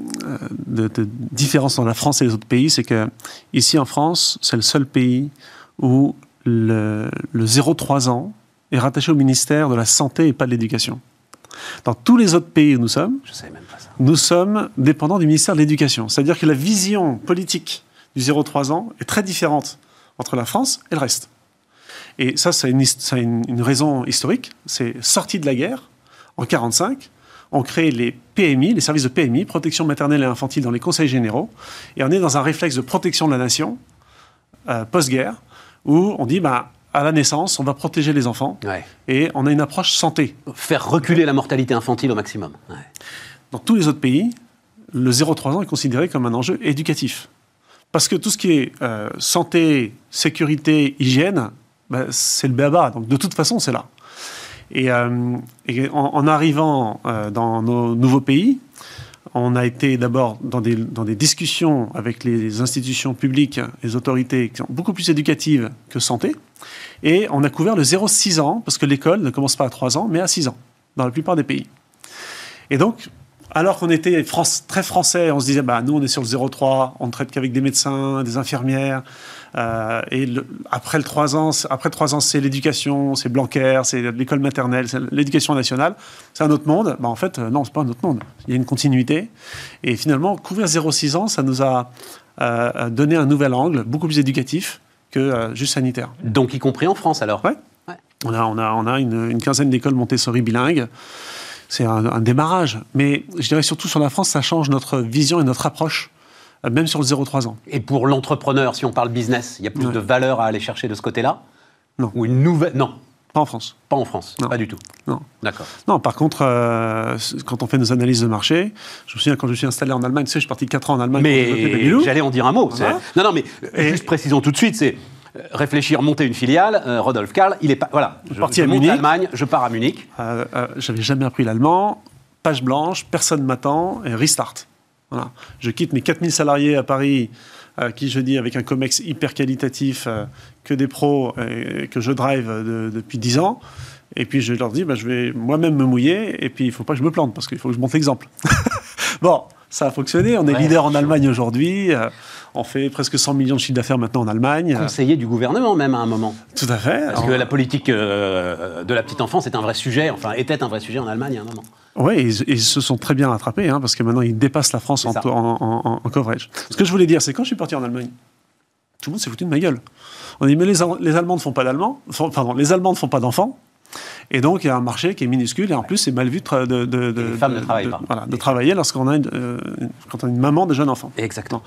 [SPEAKER 4] de, de différence dans la France et les autres pays, c'est que ici en France, c'est le seul pays où le, le zéro trois ans est rattaché au ministère de la Santé et pas de l'Éducation. Dans tous les autres pays où nous sommes,
[SPEAKER 1] Je savais même pas ça.
[SPEAKER 4] nous sommes dépendants du ministère de l'Éducation. C'est-à-dire que la vision politique du zéro trois ans est très différente entre la France et le reste. Et ça, ça a une, ça a une, une raison historique. C'est sorti de la guerre, en quarante-cinq, on crée les P M I, les services de P M I, protection maternelle et infantile dans les conseils généraux, et on est dans un réflexe de protection de la nation, euh, post-guerre, où on dit, bah, à la naissance, on va protéger les enfants, ouais. et on a une approche santé.
[SPEAKER 1] Faire reculer la mortalité infantile au maximum. Ouais.
[SPEAKER 4] Dans tous les autres pays, le zéro trois ans est considéré comme un enjeu éducatif. Parce que tout ce qui est euh, santé, sécurité, hygiène, bah, c'est le b.a.-ba. Donc de toute façon, c'est là. Et, euh, et en, en arrivant euh, dans nos nouveaux pays, on a été d'abord dans des, dans des discussions avec les institutions publiques, les autorités qui sont beaucoup plus éducatives que santé. Et on a couvert le zéro six ans, parce que l'école ne commence pas à trois ans, mais à six ans, dans la plupart des pays. Et donc, alors qu'on était France, très français, on se disait, bah, nous, on est sur le zéro trois, on ne traite qu'avec des médecins, des infirmières. Euh, et le, après le trois ans, après trois ans, c'est l'éducation, c'est Blanquer, c'est l'école maternelle, c'est l'éducation nationale. C'est un autre monde. Bah, en fait, non, c'est pas un autre monde. Il y a une continuité. Et finalement, couvrir zéro six ans, ça nous a euh, donné un nouvel angle, beaucoup plus éducatif que euh, juste sanitaire.
[SPEAKER 1] Donc, y compris en France, alors?
[SPEAKER 4] Ouais. ouais. On a, on a, on a une, une quinzaine d'écoles Montessori bilingues. C'est un, un démarrage. Mais je dirais surtout sur la France, ça change notre vision et notre approche, euh, même sur le zéro trois ans.
[SPEAKER 1] Et pour l'entrepreneur, si on parle business, il y a plus
[SPEAKER 4] ouais.
[SPEAKER 1] de valeur à aller chercher de ce côté-là?
[SPEAKER 4] Non.
[SPEAKER 1] Ou une nouvelle... Non.
[SPEAKER 4] Pas en France.
[SPEAKER 1] Pas en France,
[SPEAKER 4] non.
[SPEAKER 1] Pas du tout.
[SPEAKER 4] Non.
[SPEAKER 1] D'accord.
[SPEAKER 4] Non, par contre, euh, quand on fait nos analyses de marché, je me souviens quand je suis installé en Allemagne, tu sais, je suis parti quatre ans en Allemagne.
[SPEAKER 1] Mais j'allais en dire un mot.
[SPEAKER 4] Voilà.
[SPEAKER 1] Non, non, mais et juste précisons tout de suite, c'est réfléchir, monter une filiale. Euh, Rodolphe Karl, il est pas... Voilà, je,
[SPEAKER 4] parti
[SPEAKER 1] je
[SPEAKER 4] à
[SPEAKER 1] monte
[SPEAKER 4] Munich.
[SPEAKER 1] l'Allemagne, je pars à Munich.
[SPEAKER 4] Euh, euh, j'avais jamais appris l'allemand, page blanche, personne m'attend, et restart. Voilà. Je quitte mes quatre mille salariés à Paris, à qui je dis avec un comex hyper qualitatif, euh, que des pros, euh, que je drive de, depuis dix ans. Et puis je leur dis, bah, je vais moi-même me mouiller, et puis il ne faut pas que je me plante, parce qu'il faut que je montre l'exemple. Bon, ça a fonctionné, on est ouais, leader en chaud. Allemagne aujourd'hui, euh, on fait presque cent millions de chiffre d'affaires maintenant en Allemagne.
[SPEAKER 1] Conseiller du gouvernement même à un moment.
[SPEAKER 4] Tout à fait.
[SPEAKER 1] Parce Alors, que la politique euh, de la petite enfance est un vrai sujet, enfin était un vrai sujet en Allemagne à un moment.
[SPEAKER 4] Oui, ils, ils se sont très bien rattrapés, hein, parce que maintenant ils dépassent la France en, en, en, en coverage. Ce que je voulais dire, c'est quand je suis parti en Allemagne, tout le monde s'est foutu de ma gueule. On dit, mais les, les Allemands ne font pas d'Allemands, pardon, les Allemands ne font pas d'enfants. Et donc, il y a un marché qui est minuscule, et en plus, c'est mal vu de, de, de, de,
[SPEAKER 1] les femmes
[SPEAKER 4] de,
[SPEAKER 1] ne travaillent
[SPEAKER 4] de,
[SPEAKER 1] pas.
[SPEAKER 4] Voilà, de travailler lorsqu'on a une, euh, quand on a une maman de jeune enfant.
[SPEAKER 1] Exactement.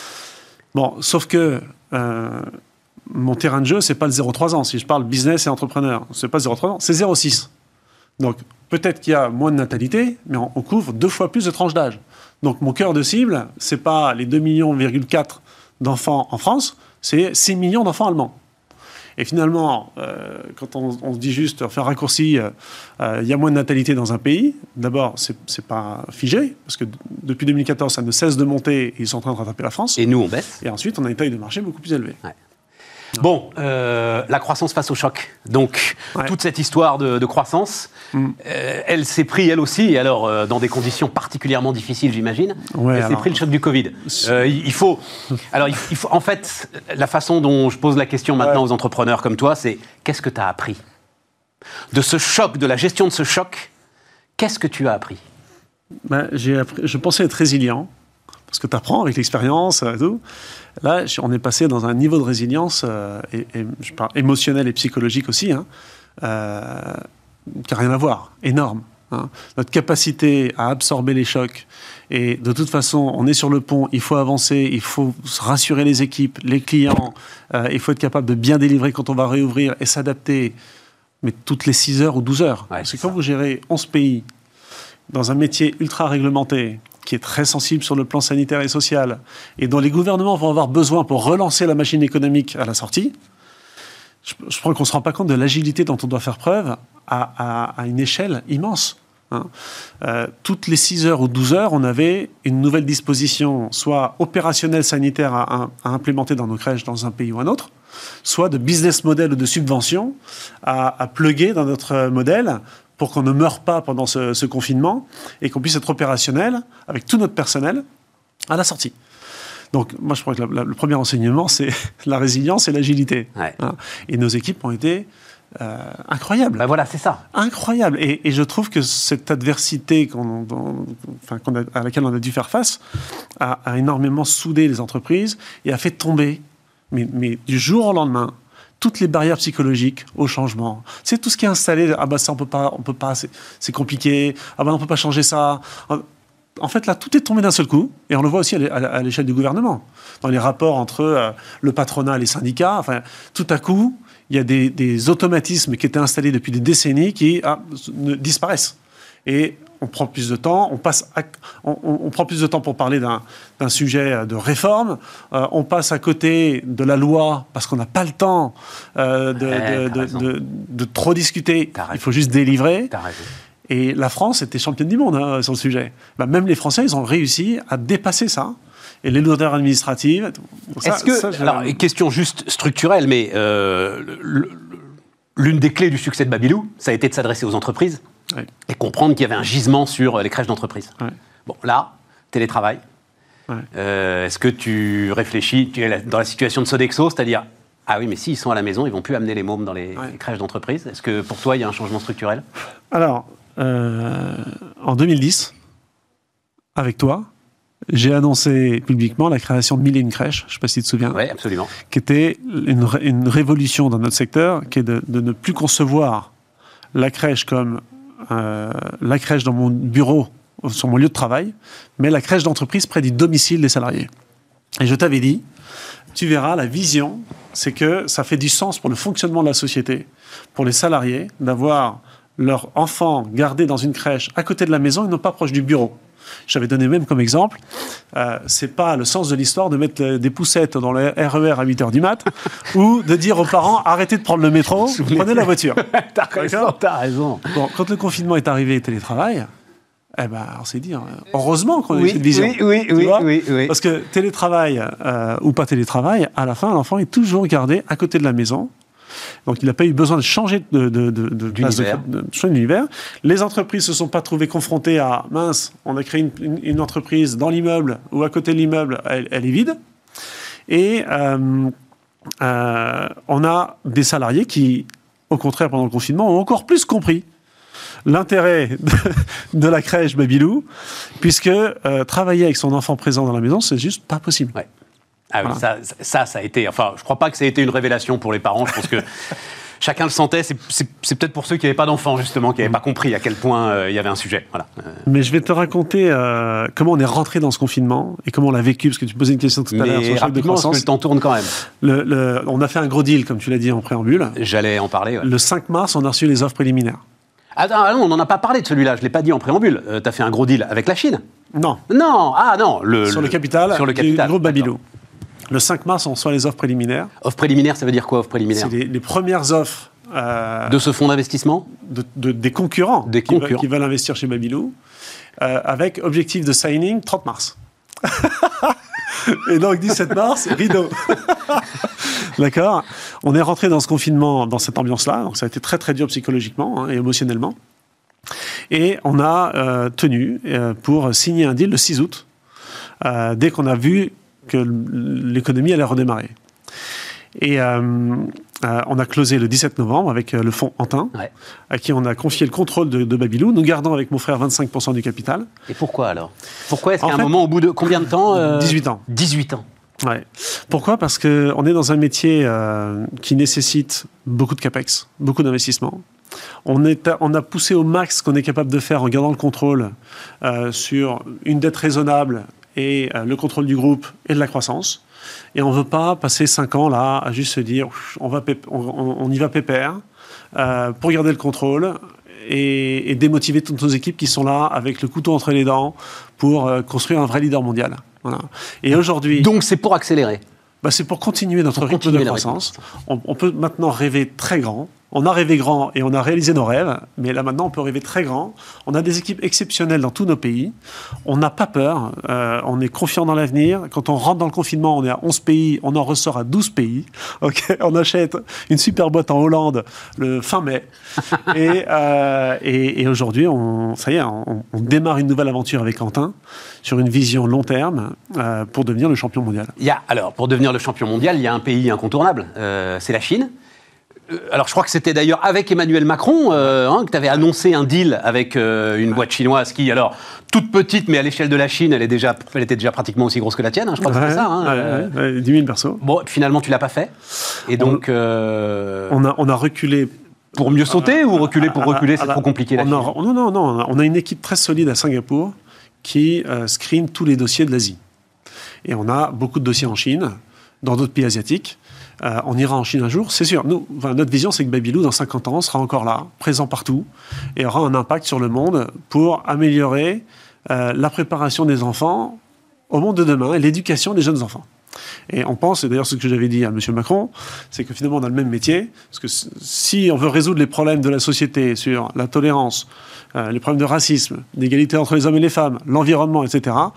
[SPEAKER 4] Bon, sauf que euh, mon terrain de jeu, c'est pas le zéro trois ans. Si je parle business et entrepreneur, c'est pas zéro trois ans, c'est zéro six. Donc, peut-être qu'il y a moins de natalité, mais on, on couvre deux fois plus de tranches d'âge. Donc, mon cœur de cible, c'est pas les deux virgule quatre millions d'enfants en France, c'est six millions d'enfants allemands. Et finalement, euh, quand on, on se dit juste, on fait un raccourci, il euh, y a moins de natalité dans un pays. D'abord, c'est, c'est pas figé, parce que d- depuis deux mille quatorze, ça ne cesse de monter et ils sont en train de rattraper la France.
[SPEAKER 1] Et nous, on baisse.
[SPEAKER 4] Et ensuite, on a une taille de marché beaucoup plus élevée.
[SPEAKER 1] Ouais. Bon, euh, la croissance face au choc. Donc,
[SPEAKER 4] ouais. toute
[SPEAKER 1] cette histoire de, de croissance, mm. euh, elle s'est prise, elle aussi, et alors euh, dans des conditions particulièrement difficiles, j'imagine.
[SPEAKER 4] Ouais,
[SPEAKER 1] elle s'est
[SPEAKER 4] alors...
[SPEAKER 1] prise le choc du Covid. Euh, il faut... Alors, il faut... En fait, la façon dont je pose la question maintenant ouais. aux entrepreneurs comme toi, c'est qu'est-ce que tu as appris de ce choc, de la gestion de ce choc? Qu'est-ce que tu as appris?
[SPEAKER 4] ben, j'ai appris... Je pensais être résilient, parce que tu apprends avec l'expérience et tout. Là, on est passé dans un niveau de résilience euh, et, et, je parle émotionnel et psychologique aussi, hein, euh, qui n'a rien à voir, énorme. Hein. Notre capacité à absorber les chocs, et de toute façon, on est sur le pont, il faut avancer, il faut rassurer les équipes, les clients, euh, il faut être capable de bien délivrer quand on va réouvrir et s'adapter, mais toutes les six heures ou douze heures.
[SPEAKER 1] Ouais,
[SPEAKER 4] Parce que quand vous gérez onze pays, dans un métier ultra réglementé, qui est très sensible sur le plan sanitaire et social, et dont les gouvernements vont avoir besoin pour relancer la machine économique à la sortie, je, je crois qu'on ne se rend pas compte de l'agilité dont on doit faire preuve à, à, à une échelle immense. Hein. Euh, toutes les six heures ou douze heures, on avait une nouvelle disposition, soit opérationnelle sanitaire à, à, à implémenter dans nos crèches dans un pays ou un autre, soit de business model ou de subvention à, à plugger dans notre modèle pour qu'on ne meure pas pendant ce, ce confinement et qu'on puisse être opérationnel avec tout notre personnel à la sortie. Donc, moi, je crois que la, la, le premier enseignement, c'est la résilience et l'agilité.
[SPEAKER 1] Ouais.
[SPEAKER 4] Hein. Et nos équipes ont été euh, incroyables.
[SPEAKER 1] Ben voilà, c'est ça.
[SPEAKER 4] Incroyables. Et, et je trouve que cette adversité qu'on, dont, enfin, qu'on a, à laquelle on a dû faire face a, a énormément soudé les entreprises et a fait tomber, mais, mais du jour au lendemain, toutes les barrières psychologiques au changement. C'est tout ce qui est installé. Ah bah ça, on peut pas, on peut pas, c'est, c'est compliqué. Ah bah on peut pas changer ça. En fait, là, tout est tombé d'un seul coup. Et on le voit aussi à l'échelle du gouvernement. Dans les rapports entre euh, le patronat et les syndicats, enfin, tout à coup, il y a des, des automatismes qui étaient installés depuis des décennies qui ah, ne, disparaissent. Et on prend plus de temps, on, passe à, on, on prend plus de temps pour parler d'un, d'un sujet de réforme, euh, on passe à côté de la loi parce qu'on n'a pas le temps euh, de, ouais, de, de, de, de trop discuter, il faut juste délivrer. Et la France était championne du monde hein, sur le sujet. Ben, même les Français, ils ont réussi à dépasser ça. Et les lourdeurs administratives... Ça,
[SPEAKER 1] Est-ce que...
[SPEAKER 4] Ça, je...
[SPEAKER 1] Alors, question juste structurelle, mais euh, l'une des clés du succès de Babylou, ça a été de s'adresser aux entreprises. Oui. Et comprendre qu'il y avait un gisement sur les crèches d'entreprise. Oui. Bon, là, télétravail. Oui. Euh, est-ce que tu réfléchis, tu es dans la situation de Sodexo, c'est-à-dire, ah oui, mais s'ils sont à la maison, ils ne vont plus amener les mômes dans les, oui. les crèches d'entreprise. Est-ce que pour toi, il y a un changement structurel?
[SPEAKER 4] Alors, euh, en deux mille dix, avec toi, j'ai annoncé publiquement la création de Mille et une crèches, je ne sais pas si tu te souviens.
[SPEAKER 1] Oui, absolument.
[SPEAKER 4] Qui était une, une révolution dans notre secteur, qui est de, de ne plus concevoir la crèche comme euh, la crèche dans mon bureau, sur mon lieu de travail, mais la crèche d'entreprise près du domicile des salariés. Et je t'avais dit, tu verras, la vision, c'est que ça fait du sens pour le fonctionnement de la société, pour les salariés, d'avoir leurs enfants gardés dans une crèche à côté de la maison et non pas proche du bureau. J'avais donné même comme exemple, euh, c'est pas le sens de l'histoire de mettre des poussettes dans le R E R à huit heures du mat ou de dire aux parents arrêtez de prendre le métro, prenez la voiture.
[SPEAKER 1] T'as raison, t'as raison.
[SPEAKER 4] Bon, quand le confinement est arrivé et télétravail, eh ben, on s'est dit, heureusement qu'on a
[SPEAKER 1] oui,
[SPEAKER 4] eu cette vision.
[SPEAKER 1] Oui, oui, oui, oui, oui.
[SPEAKER 4] Parce que télétravail euh, ou pas télétravail, à la fin, l'enfant est toujours gardé à côté de la maison. Donc, il n'a pas eu besoin de changer de, de, de, de place
[SPEAKER 1] d'univers.
[SPEAKER 4] De, de, de l'univers. Les entreprises ne se sont pas trouvées confrontées à mince, on a créé une, une, une entreprise dans l'immeuble ou à côté de l'immeuble, elle, elle est vide. Et euh, euh, on a des salariés qui, au contraire, pendant le confinement, ont encore plus compris l'intérêt de, de la crèche Babylou, puisque euh, travailler avec son enfant présent dans la maison, c'est juste pas possible.
[SPEAKER 1] Ouais. Ah oui,
[SPEAKER 4] Voilà.
[SPEAKER 1] ça, ça, ça a été... Enfin, je crois pas que ça a été une révélation pour les parents. Je pense que chacun le sentait. C'est, c'est, c'est peut-être pour ceux qui n'avaient pas d'enfants, justement, qui n'avaient pas compris à quel point euh, il y avait un sujet. Voilà. Euh,
[SPEAKER 4] Mais je vais te raconter euh, comment on est rentré dans ce confinement et comment on l'a vécu, parce que tu posais une question tout à l'heure sur
[SPEAKER 1] Mais
[SPEAKER 4] le choc de
[SPEAKER 1] rapidement, parce que
[SPEAKER 4] croissance.
[SPEAKER 1] le temps tourne quand même.
[SPEAKER 4] Le, le, on a fait un gros deal, comme tu l'as dit en préambule.
[SPEAKER 1] J'allais en parler. Ouais.
[SPEAKER 4] Le cinq mars, on a reçu les offres préliminaires.
[SPEAKER 1] Ah non, on n'en a pas parlé de celui-là. Je l'ai pas dit en préambule. Euh, T'as fait un gros deal avec la Chine?
[SPEAKER 4] Non.
[SPEAKER 1] Non. Ah non. Le,
[SPEAKER 4] Sur le capital,
[SPEAKER 1] sur le
[SPEAKER 4] du
[SPEAKER 1] capital.
[SPEAKER 4] groupe Babylou. Le cinq mars, on reçoit les offres préliminaires.
[SPEAKER 1] Offre préliminaire, ça veut dire quoi, offre préliminaire?
[SPEAKER 4] C'est les, les premières offres euh,
[SPEAKER 1] De ce fonds d'investissement?
[SPEAKER 4] de, de, des concurrents,
[SPEAKER 1] Des
[SPEAKER 4] qui, veulent,
[SPEAKER 1] concurrents.
[SPEAKER 4] qui veulent investir chez Babylou, euh, avec objectif de signing trente mars. Et donc, dix-sept mars, rideau. D'accord. On est rentré dans ce confinement, dans cette ambiance-là. Donc, ça a été très, très dur psychologiquement hein, et émotionnellement. Et on a euh, tenu euh, pour signer un deal le six août, euh, dès qu'on a vu que l'économie allait redémarrer. Et euh, euh, on a closé le dix-sept novembre avec euh, le fonds Antin,
[SPEAKER 1] Ouais.
[SPEAKER 4] à qui on a confié le contrôle de, de Babylou. Nous gardons avec mon frère vingt-cinq pour cent du capital.
[SPEAKER 1] Et pourquoi alors? Pourquoi est-ce
[SPEAKER 4] En
[SPEAKER 1] qu'à un
[SPEAKER 4] fait,
[SPEAKER 1] moment, au bout de combien de temps euh,
[SPEAKER 4] dix-huit ans.
[SPEAKER 1] dix-huit ans.
[SPEAKER 4] Ouais. Pourquoi? Parce qu'on est dans un métier euh, qui nécessite beaucoup de capex, beaucoup d'investissement. On, est à- on a poussé au max ce qu'on est capable de faire en gardant le contrôle euh, sur une dette raisonnable et euh, le contrôle du groupe et de la croissance. Et on ne veut pas passer cinq ans là à juste se dire on, va pép- on, on- on y va pépère euh, pour garder le contrôle et, et démotiver toutes nos équipes qui sont là avec le couteau entre les dents pour euh, construire un vrai leader mondial. Voilà. Et aujourd'hui,
[SPEAKER 1] Donc c'est pour accélérer.
[SPEAKER 4] bah, c'est pour continuer notre
[SPEAKER 1] Pour
[SPEAKER 4] rythme
[SPEAKER 1] continuer
[SPEAKER 4] de
[SPEAKER 1] le
[SPEAKER 4] croissance. On, on peut maintenant rêver très grand. On a rêvé grand et on a réalisé nos rêves, mais là maintenant on peut rêver très grand. On a des équipes exceptionnelles dans tous nos pays. On n'a pas peur, euh, on est confiant dans l'avenir. Quand on rentre dans le confinement, on est à onze pays, on en ressort à douze pays. Okay, on achète une super boîte en Hollande le fin mai. et, euh, et, et aujourd'hui, on, ça y est, on, on démarre une nouvelle aventure avec Quentin sur une vision long terme euh, pour devenir le champion mondial.
[SPEAKER 1] Il y a, alors, pour devenir le champion mondial, il y a un pays incontournable, euh, c'est la Chine. Euh, Alors, je crois que c'était d'ailleurs avec Emmanuel Macron euh, hein, que tu avais annoncé un deal avec euh, une boîte chinoise qui, alors, toute petite, mais à l'échelle de la Chine, elle, est déjà, elle était déjà pratiquement aussi grosse que la tienne. Hein, je crois que
[SPEAKER 4] Ouais,
[SPEAKER 1] c'était ça. Hein,
[SPEAKER 4] ouais,
[SPEAKER 1] euh,
[SPEAKER 4] ouais, ouais, dix mille persos.
[SPEAKER 1] Bon, finalement, tu l'as pas fait. Et donc, euh,
[SPEAKER 4] On a, on a reculé.
[SPEAKER 1] pour mieux sauter ou reculer pour
[SPEAKER 4] à la-
[SPEAKER 1] reculer,
[SPEAKER 4] à
[SPEAKER 1] c'est
[SPEAKER 4] la-
[SPEAKER 1] trop compliqué la
[SPEAKER 4] on
[SPEAKER 1] Chine.
[SPEAKER 4] a- Non, non, non. On a, on a une équipe très solide à Singapour qui euh, screen tous les dossiers de l'Asie. Et on a beaucoup de dossiers en Chine, dans d'autres pays asiatiques. Euh, on ira en Chine un jour, c'est sûr. Nous, enfin, notre vision, c'est que Babylou, dans cinquante ans, sera encore là, présent partout, et aura un impact sur le monde pour améliorer euh, la préparation des enfants au monde de demain et l'éducation des jeunes enfants. Et on pense, et d'ailleurs ce que j'avais dit à M. Macron, c'est que finalement on a le même métier, parce que si on veut résoudre les problèmes de la société sur la tolérance, euh, les problèmes de racisme, d'égalité entre les hommes et les femmes, l'environnement, et cetera,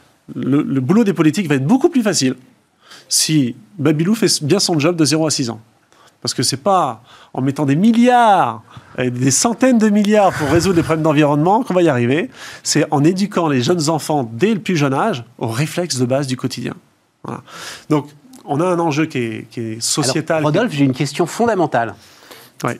[SPEAKER 4] le, le boulot des politiques va être beaucoup plus facile si Babylou fait bien son job de zéro à six ans. Parce que c'est pas en mettant des milliards, et des centaines de milliards pour résoudre les problèmes d'environnement qu'on va y arriver, c'est en éduquant les jeunes enfants dès le plus jeune âge aux réflexes de base du quotidien. Voilà. Donc, on a un enjeu qui est, qui est sociétal.
[SPEAKER 1] Alors, Rodolphe, j'ai une question fondamentale,
[SPEAKER 4] Ouais.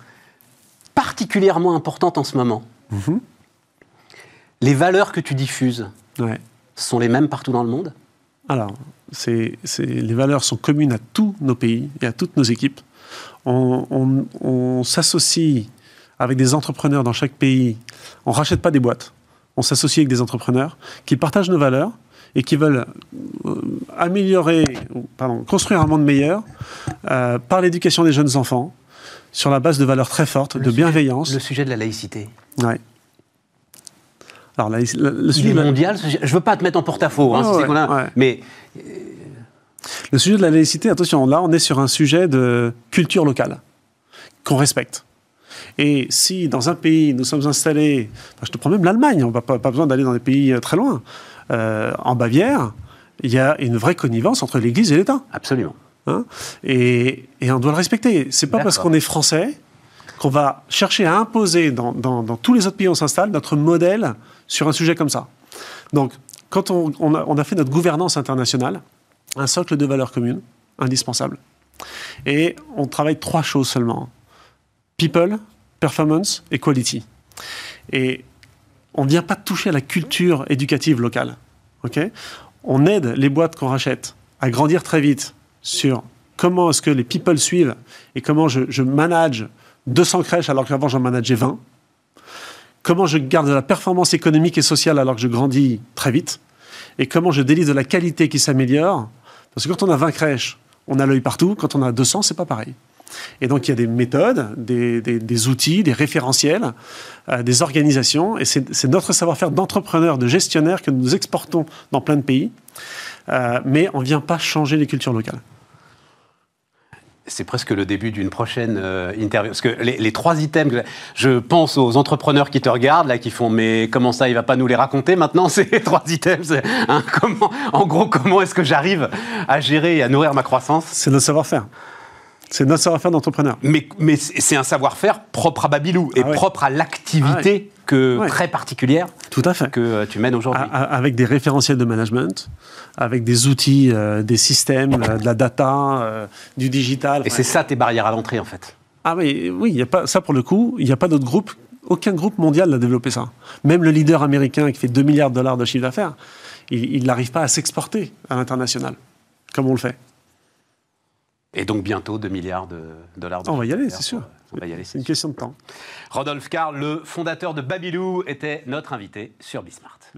[SPEAKER 1] particulièrement importante en ce moment.
[SPEAKER 4] Mhm.
[SPEAKER 1] Les valeurs que tu diffuses
[SPEAKER 4] Ouais.
[SPEAKER 1] sont les mêmes partout dans le monde?
[SPEAKER 4] Alors, c'est, c'est, les valeurs sont communes à tous nos pays et à toutes nos équipes. On, on, on s'associe avec des entrepreneurs dans chaque pays. On ne rachète pas des boîtes. On s'associe avec des entrepreneurs qui partagent nos valeurs et qui veulent euh, améliorer, pardon, construire un monde meilleur euh, par l'éducation des jeunes enfants, sur la base de valeurs très fortes,
[SPEAKER 1] le
[SPEAKER 4] de
[SPEAKER 1] sujet,
[SPEAKER 4] bienveillance.
[SPEAKER 1] Le sujet de la laïcité.
[SPEAKER 4] Ouais. Alors, la, la, le
[SPEAKER 1] Il
[SPEAKER 4] sujet
[SPEAKER 1] est
[SPEAKER 4] de la...
[SPEAKER 1] mondial. Je ne veux pas te mettre en porte-à-faux, hein,
[SPEAKER 4] Oh,
[SPEAKER 1] c'est
[SPEAKER 4] ouais,
[SPEAKER 1] qu'on a,
[SPEAKER 4] ouais.
[SPEAKER 1] mais
[SPEAKER 4] Le sujet de la laïcité, attention, là, on est sur un sujet de culture locale qu'on respecte. Et si, dans un pays, nous sommes installés... Enfin, je te prends même l'Allemagne, on n'a pas, pas besoin d'aller dans des pays très loin. Euh, en Bavière, il y a une vraie connivence entre l'Église et l'État.
[SPEAKER 1] absolument.
[SPEAKER 4] Hein, et, et on doit le respecter. C'est pas
[SPEAKER 1] D'accord.
[SPEAKER 4] parce qu'on est français qu'on va chercher à imposer dans, dans, dans tous les autres pays où on s'installe notre modèle sur un sujet comme ça. Donc, quand on, on, a, on a fait notre gouvernance internationale, un socle de valeurs communes, indispensable. Et on travaille trois choses seulement. People, performance et quality. Et on ne vient pas toucher à la culture éducative locale. Okay ? On aide les boîtes qu'on rachète à grandir très vite sur comment est-ce que les people suivent et comment je, je manage deux cents crèches alors qu'avant j'en manageais vingt. Comment je garde de la performance économique et sociale alors que je grandis très vite. Et comment je délivre de la qualité qui s'améliore. Parce que quand on a vingt crèches, on a l'œil partout. Quand on a deux cents, c'est pas pareil. Et donc, il y a des méthodes, des, des, des outils, des référentiels, euh, des organisations. Et c'est, c'est notre savoir-faire d'entrepreneurs, de gestionnaires que nous exportons dans plein de pays. Euh, mais on ne vient pas changer les cultures locales.
[SPEAKER 1] C'est presque le début d'une prochaine euh, interview. Parce que les, les trois items, je pense aux entrepreneurs qui te regardent, là, qui font « mais comment ça, il ne va pas nous les raconter maintenant, ces trois items c'est, hein, comment, en gros, comment est-ce que j'arrive à gérer et à nourrir ma croissance ?»
[SPEAKER 4] C'est notre savoir-faire. C'est notre savoir-faire d'entrepreneur.
[SPEAKER 1] Mais, mais c'est un savoir-faire propre à Babylou et
[SPEAKER 4] ah ouais.
[SPEAKER 1] propre à l'activité
[SPEAKER 4] ah ouais.
[SPEAKER 1] que,
[SPEAKER 4] ouais.
[SPEAKER 1] très particulière
[SPEAKER 4] Tout à fait.
[SPEAKER 1] que euh, tu mènes aujourd'hui.
[SPEAKER 4] A- avec des référentiels de management, avec des outils, euh, des systèmes, euh, de la data, euh, du digital.
[SPEAKER 1] Et c'est ça tes barrières à l'entrée, en fait.
[SPEAKER 4] Ah oui, oui, y a pas, ça pour le coup, il n'y a pas d'autre groupe, aucun groupe mondial n'a développé ça. Même le leader américain qui fait deux milliards de dollars de chiffre d'affaires, il n'arrive pas à s'exporter à l'international, comme on le fait.
[SPEAKER 1] Et donc bientôt deux milliards de dollars de
[SPEAKER 4] On va y aller,
[SPEAKER 1] chiffre
[SPEAKER 4] c'est sûr.
[SPEAKER 1] d'affaires. On va y aller,
[SPEAKER 4] C'est une question de temps.
[SPEAKER 1] Rodolphe Karl, le fondateur de Babylou, était notre invité sur Bismart.